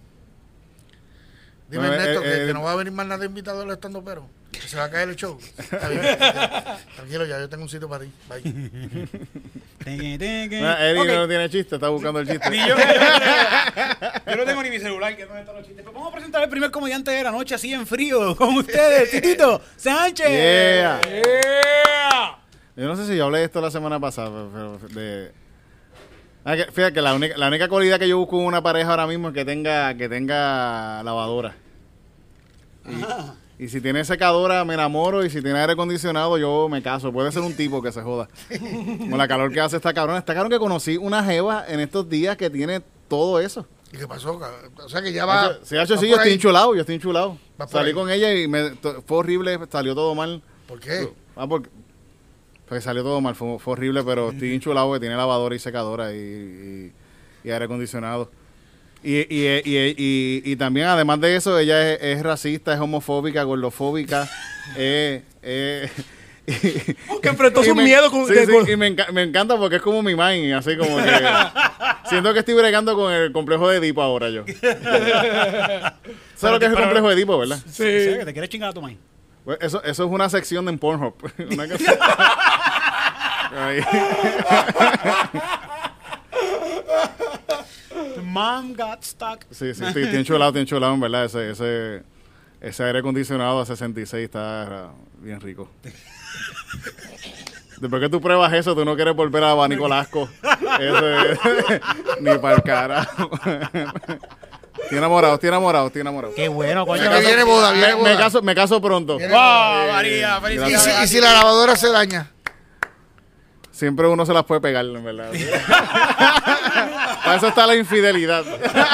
Dime, No, eh, Ernesto, que, eh, que no va a venir más nada de invitado al estando pero. Que se va a caer el show. Está bien. Tranquilo, ya yo tengo un sitio para ti. Bye. Teque, teque. Ah, Eddie Ok. no tiene chiste, está buscando el chiste. Ni yo. Yo no tengo ni mi celular, que no están los chistes. Pero vamos a presentar al primer comediante de la noche así en frío con ustedes, Titito Sánchez. Yeah. Yeah. Yo no sé si yo hablé de esto la semana pasada, pero pero de... Ah, que- fíjate que la única, la única cualidad que yo busco en una pareja ahora mismo es que tenga, que tenga lavadora. Y si tiene secadora, me enamoro. Y si tiene aire acondicionado, yo me caso. Puede ser un tipo que se joda. Con la calor que hace esta cabrona. Esta cabrón que conocí una jeva en estos días que tiene todo eso. ¿Y qué pasó? O sea que ya va... Sí, hecho, va sí, por yo estoy ahí. enchulado. Yo estoy enchulado. Va por Salí ahí. con ella y me, to- fue horrible. Salió todo mal. ¿Por qué? Ah, porque, porque salió todo mal. Fue, fue horrible, pero estoy enchulado que tiene lavadora y secadora y, y, y aire acondicionado. Y, y, y, y, y, y también, además de eso, ella es, es racista, es homofóbica, gordofóbica. eh, eh, Que enfrentó y sus me- miedos con, sí, que- sí, con- y me, enca- me encanta porque es como mi mind, así como que siento que estoy bregando con el complejo de Edipo ahora yo. ¿Sabes lo que es el complejo de Edipo, verdad? Sí, que te quieres chingar a tu maíz. Pues eso, eso es una sección en Pornhub. Una cosa- Ahí. The mom got stuck. Sí, sí, estoy, estoy enchulado, estoy enchulado, en verdad. Ese, ese, ese aire acondicionado a sesenta y seis está bien rico. Después que tú pruebas eso, tú no quieres volver a abanico lasco. Ese, ni para el carajo. Estoy enamorado, estoy enamorado, estoy enamorado. Qué bueno, coño. Que viene boda, viene Me, boda. me caso, me caso pronto. Viene- ¡Wow, María! ¿Y ¡Felicidades! si, y si la lavadora se daña? Siempre uno se las puede pegar, en verdad. Para eso está la infidelidad.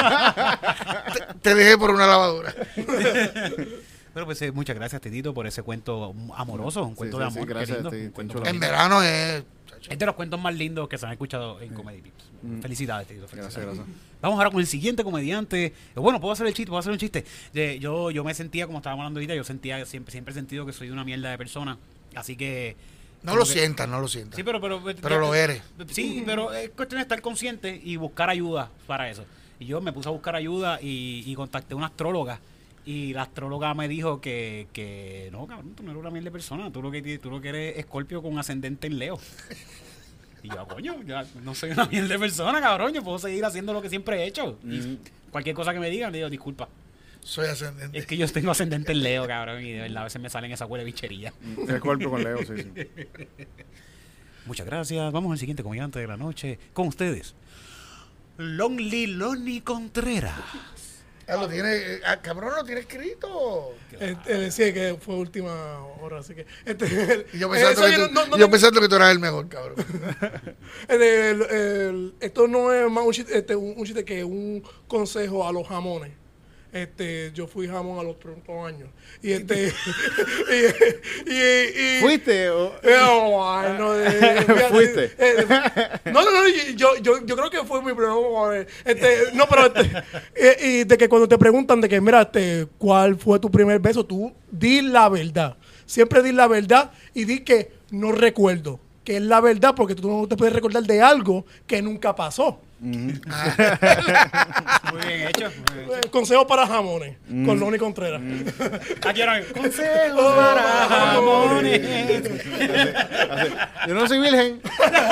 Te dejé por una lavadora. Pero pues eh, muchas gracias, Titito, por ese cuento amoroso, un cuento sí, de sí, amor. qué gracias, lindo, estoy- un estoy cuento chulo. En lindo. verano es... Es de los cuentos más lindos que se han escuchado en Comedy Pips. Felicidades, Titito. Gracias, felicidades. gracias. Vamos ahora con el siguiente comediante. Bueno, puedo hacer el chiste, puedo hacer un chiste. Eh, yo, yo me sentía, como estábamos hablando ahorita, yo sentía, siempre, siempre he sentido que soy una mierda de persona. Así que... No como lo que- sientas, no lo sientas. Sí, pero... Pero, Pero lo eres. Sí, pero es cuestión de estar consciente y buscar ayuda para eso. Y yo me puse a buscar ayuda y, y contacté a una astróloga. Y la astróloga me dijo que, que no, cabrón, tú no eres una mierda de persona. Tú lo que, tú lo que eres Escorpio con ascendente en Leo. Y yo, coño, ya no soy una mierda de persona, cabrón. Yo puedo seguir haciendo lo que siempre he hecho. Y cualquier cosa que me digan, le digo, disculpa. Soy ascendente. Es que yo tengo ascendente en Leo, cabrón. Y de verdad a veces me salen esa huele bichería. El cuerpo con Leo, sí, sí. Muchas gracias. Vamos al siguiente comediante de la noche. Con ustedes, Lonely Lonnie Contreras. Ah, lo tiene, eh, ah, cabrón, lo tiene escrito. Él, él decía que fue última hora, así que... Este, Y yo eh, pensando, eso que, yo tú, no- no yo tengo- pensando que tú eras el mejor, cabrón. el- el- el- esto no es más un chiste, este, un, un chiste que un consejo a los jamones. Este, yo fui jamón a los treinta años. Y este... y, y, y- ¿Fuiste? o- Eh, oh, ay, no, eh, fíjate, Fuiste. eh, no, no, no, yo, yo, yo creo que fue mi primer. Este, no, pero este, eh, y de que cuando te preguntan de que, mira, este, ¿cuál fue tu primer beso? Tú di la verdad. Siempre di la verdad y di que no recuerdo. Que es la verdad porque tú no te puedes recordar de algo que nunca pasó. Muy bien hecho. Muy bien hecho. Eh, consejo para jamones con Lonnie Contreras. Aquí ahora, consejos para jamones. Yo no soy virgen.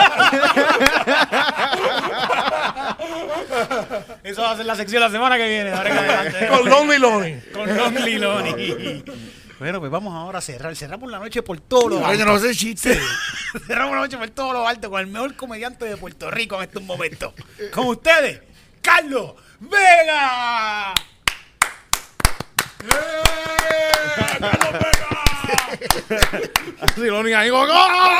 Eso va a ser la sección la semana que viene. Ahora en adelante. Con Lonnie Lonnie. Con Lonely Lonnie. Bueno, pues vamos ahora a cerrar. Cerramos la noche por todo lo Oye, alto. no sé chiste. Cerramos la noche por todo lo alto con el mejor comediante de Puerto Rico en estos momentos. Con ustedes, Carlos Vega. Así lo único ahí. ¡Gol!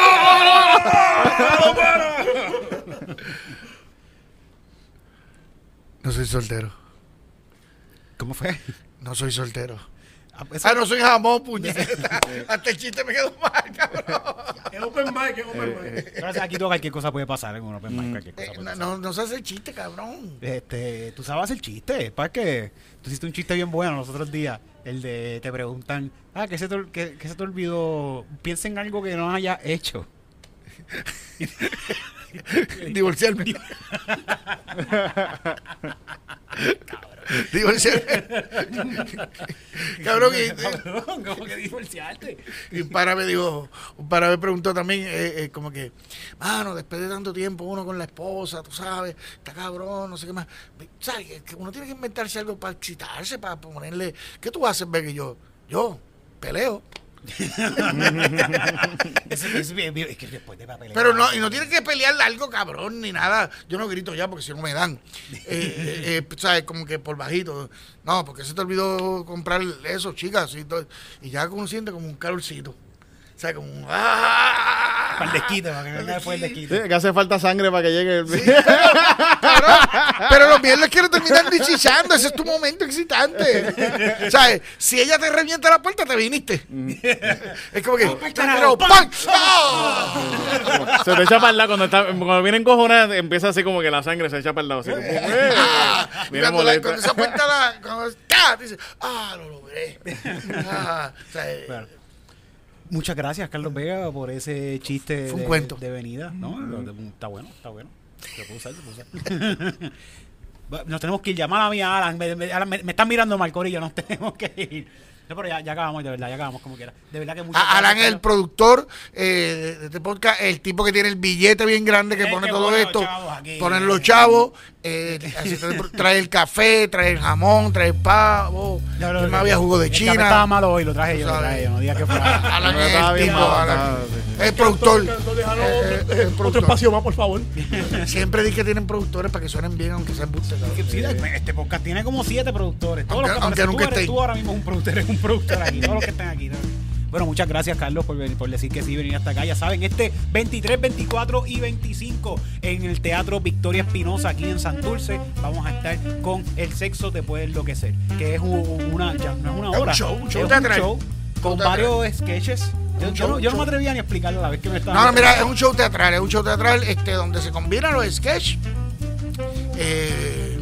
No soy soltero. ¿Cómo fue? No soy soltero. Ah, eso- Ah, no soy jamón, puñeta. Hasta el chiste me quedó mal, cabrón. Es open mic, es open mic. Gracias, aquí todo cualquier cosa puede pasar en un open mic, cualquier cosa Eh, puede no, pasar. no, no se hace chiste, cabrón. Este, tú sabes hacer chiste, ¿para qué? Tú hiciste un chiste bien bueno los otros días, el de te preguntan, ah, ¿qué se te, ol- qué- qué se te olvidó? Piensa en algo que no hayas hecho. Divorciarme. Divorciarme. Cabrón, y, Cabrón, ¿cómo que divorciarte? y un pana me dijo, un pana me preguntó también, eh, eh, como que, mano, después de tanto tiempo uno con la esposa, tú sabes, está cabrón, no sé qué más. ¿Sabes? Que- Que uno tiene que inventarse algo para excitarse, para ponerle. ¿Qué tú haces, Becky? Yo, yo, peleo. es, es, es que después de papel. Pero no, y no tienes que pelear algo, cabrón, ni nada. Yo no grito ya porque si no me dan. Eh, eh, eh, ¿Sabes? Como que por bajito. No, porque se te olvidó comprar eso, chicas. Y, todo, y ya como siente como un calorcito. O sea, como un... ¡ah! Para el desquite, para que venga después el desquite. Sí, que hace falta sangre para que llegue el... Sí, cabrón, pero los viernes quiero terminar chichando. Ese es tu momento excitante. ¿Sabes? Si ella te revienta la puerta, te viniste. Mm. Es como que... ¡Pero, ¡pam! ¡Oh! Se te echa para el lado. Cuando, está, cuando viene encojonada, empieza así como que la sangre se echa para el lado. Así como, eh, mira, cuando, la, cuando esa puerta la... Cuando, ¡ah! Dice, ¡ah, lo logré! Ah, o sea, claro. Muchas gracias, Carlos Vega, por ese chiste Fue un de, cuento. de venida. ¿No? Mm. Está bueno, está bueno. Se puede usar, se puede usar. Nos tenemos que ir. Llamar a mí, a Alan. Me, me, Alan, me, me están mirando mal, Corillo. Nos tenemos que ir. No, pero ya, ya acabamos, de verdad, ya acabamos como quiera. De verdad que muchas gracias. Alan es el Carlos. productor eh, de este podcast, el tipo que tiene el billete bien grande que el pone que todo pone esto. Los ponen los chavos, eh, así trae el café, trae el jamón, trae el pavo. No, no, no, no había jugo de el China. El estaba malo hoy, lo traje yo, lo traje yo. No digas que fue. Alan no, es el tipo, mal, Alan. El productor. No, déjalo, Eh, otro, eh, el otro productor. espacio más, por favor. Siempre di que tienen productores para que suenen bien, aunque sean buste. Sí, este podcast tiene como siete productores. Todos Aunque- los que aunque aparecen, nunca tú, eres, estén. tú ahora mismo es un productor, eres un productor aquí. Todos los que están aquí. ¿No? Bueno, muchas gracias, Carlos, por, venir, por decir que sí, venir hasta acá. Ya saben, este veintitrés, veinticuatro y veinticinco en el Teatro Victoria Espinosa, aquí en Santurce, vamos a estar con El Sexo Te Puede Enloquecer, que es un- una, ya no es una Es un hora. show, un show es teatral. show con Show teatral. varios sketches. Yo, Un yo no, show, yo no me show. atrevía ni a explicarlo a la vez que me estaba. No, no, mira, es un show teatral, es un show teatral este, donde se combinan los sketches eh,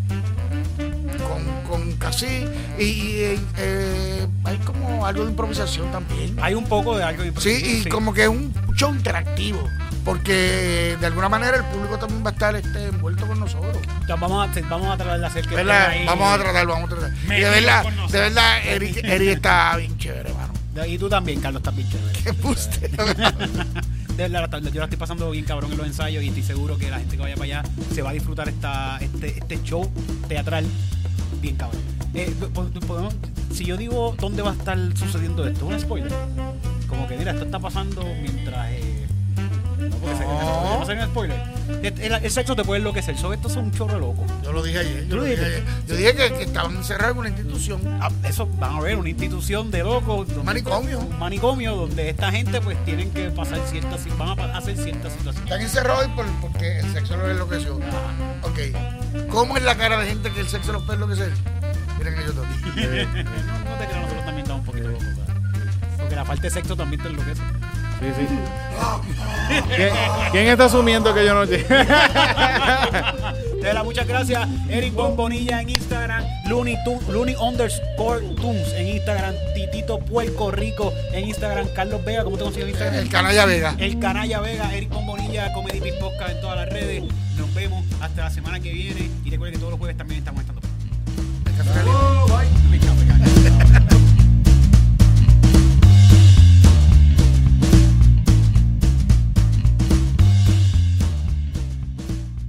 con, con casi y, y, eh, hay como algo de improvisación también. Hay un poco de algo. Sí, y sí. como que es un show interactivo, porque de alguna manera el público también va a estar este, envuelto con nosotros. Entonces, vamos, a, vamos a tratar de hacer que ¿Verdad? estén ahí. Vamos a tratar, vamos a tratar. Y de Metidos verdad, con nosotros. de verdad, Eric, Eric está bien chévere, hermano. Y tú también, Carlos, estás bien chévere. Qué buste. De verdad, yo la estoy pasando bien cabrón en los ensayos y estoy seguro que la gente que vaya para allá se va a disfrutar esta, este, este show teatral bien cabrón. Eh, podemos, si yo digo dónde va a estar sucediendo esto, ¿es un spoiler? Como que mira, esto está pasando mientras... Eh, no, porque sería un spoiler, no sería un spoiler. El, el, el sexo te puede enloquecer, so, esto es un chorro loco. Yo lo dije ayer. Yo, ¿Tú lo lo dije dijiste? ayer. Yo dije que, que estaban encerrados en una institución. Ah, eso, van a ver, una institución de locos. Donde, Manicomio. Un manicomio donde esta gente pues tienen que pasar ciertas, van a pa- hacer ciertas situaciones. Están encerrados ahí por, porque el sexo los enloqueció. Ok. ¿Cómo es la cara de gente que el sexo los puede enloquecer? Miren que yo también. No, no te creas, nosotros también estamos un poquito locos, ¿sabes? Porque la falta de sexo también te enloquece. Sí, sí. ¿Quién, quién está asumiendo que yo no llegue? De verdad, muchas gracias. Eric Bombonilla en Instagram, Looney, Tun- Looney underscore Tunes en Instagram, Titito Puerco Rico en Instagram, Carlos Vega, ¿cómo te consigues en Instagram? El canalla Vega. El Canalla Vega, Eric Bombonilla, Comedy Pit Podcast en todas las redes. Nos vemos hasta la semana que viene y recuerden que todos los jueves también estamos estando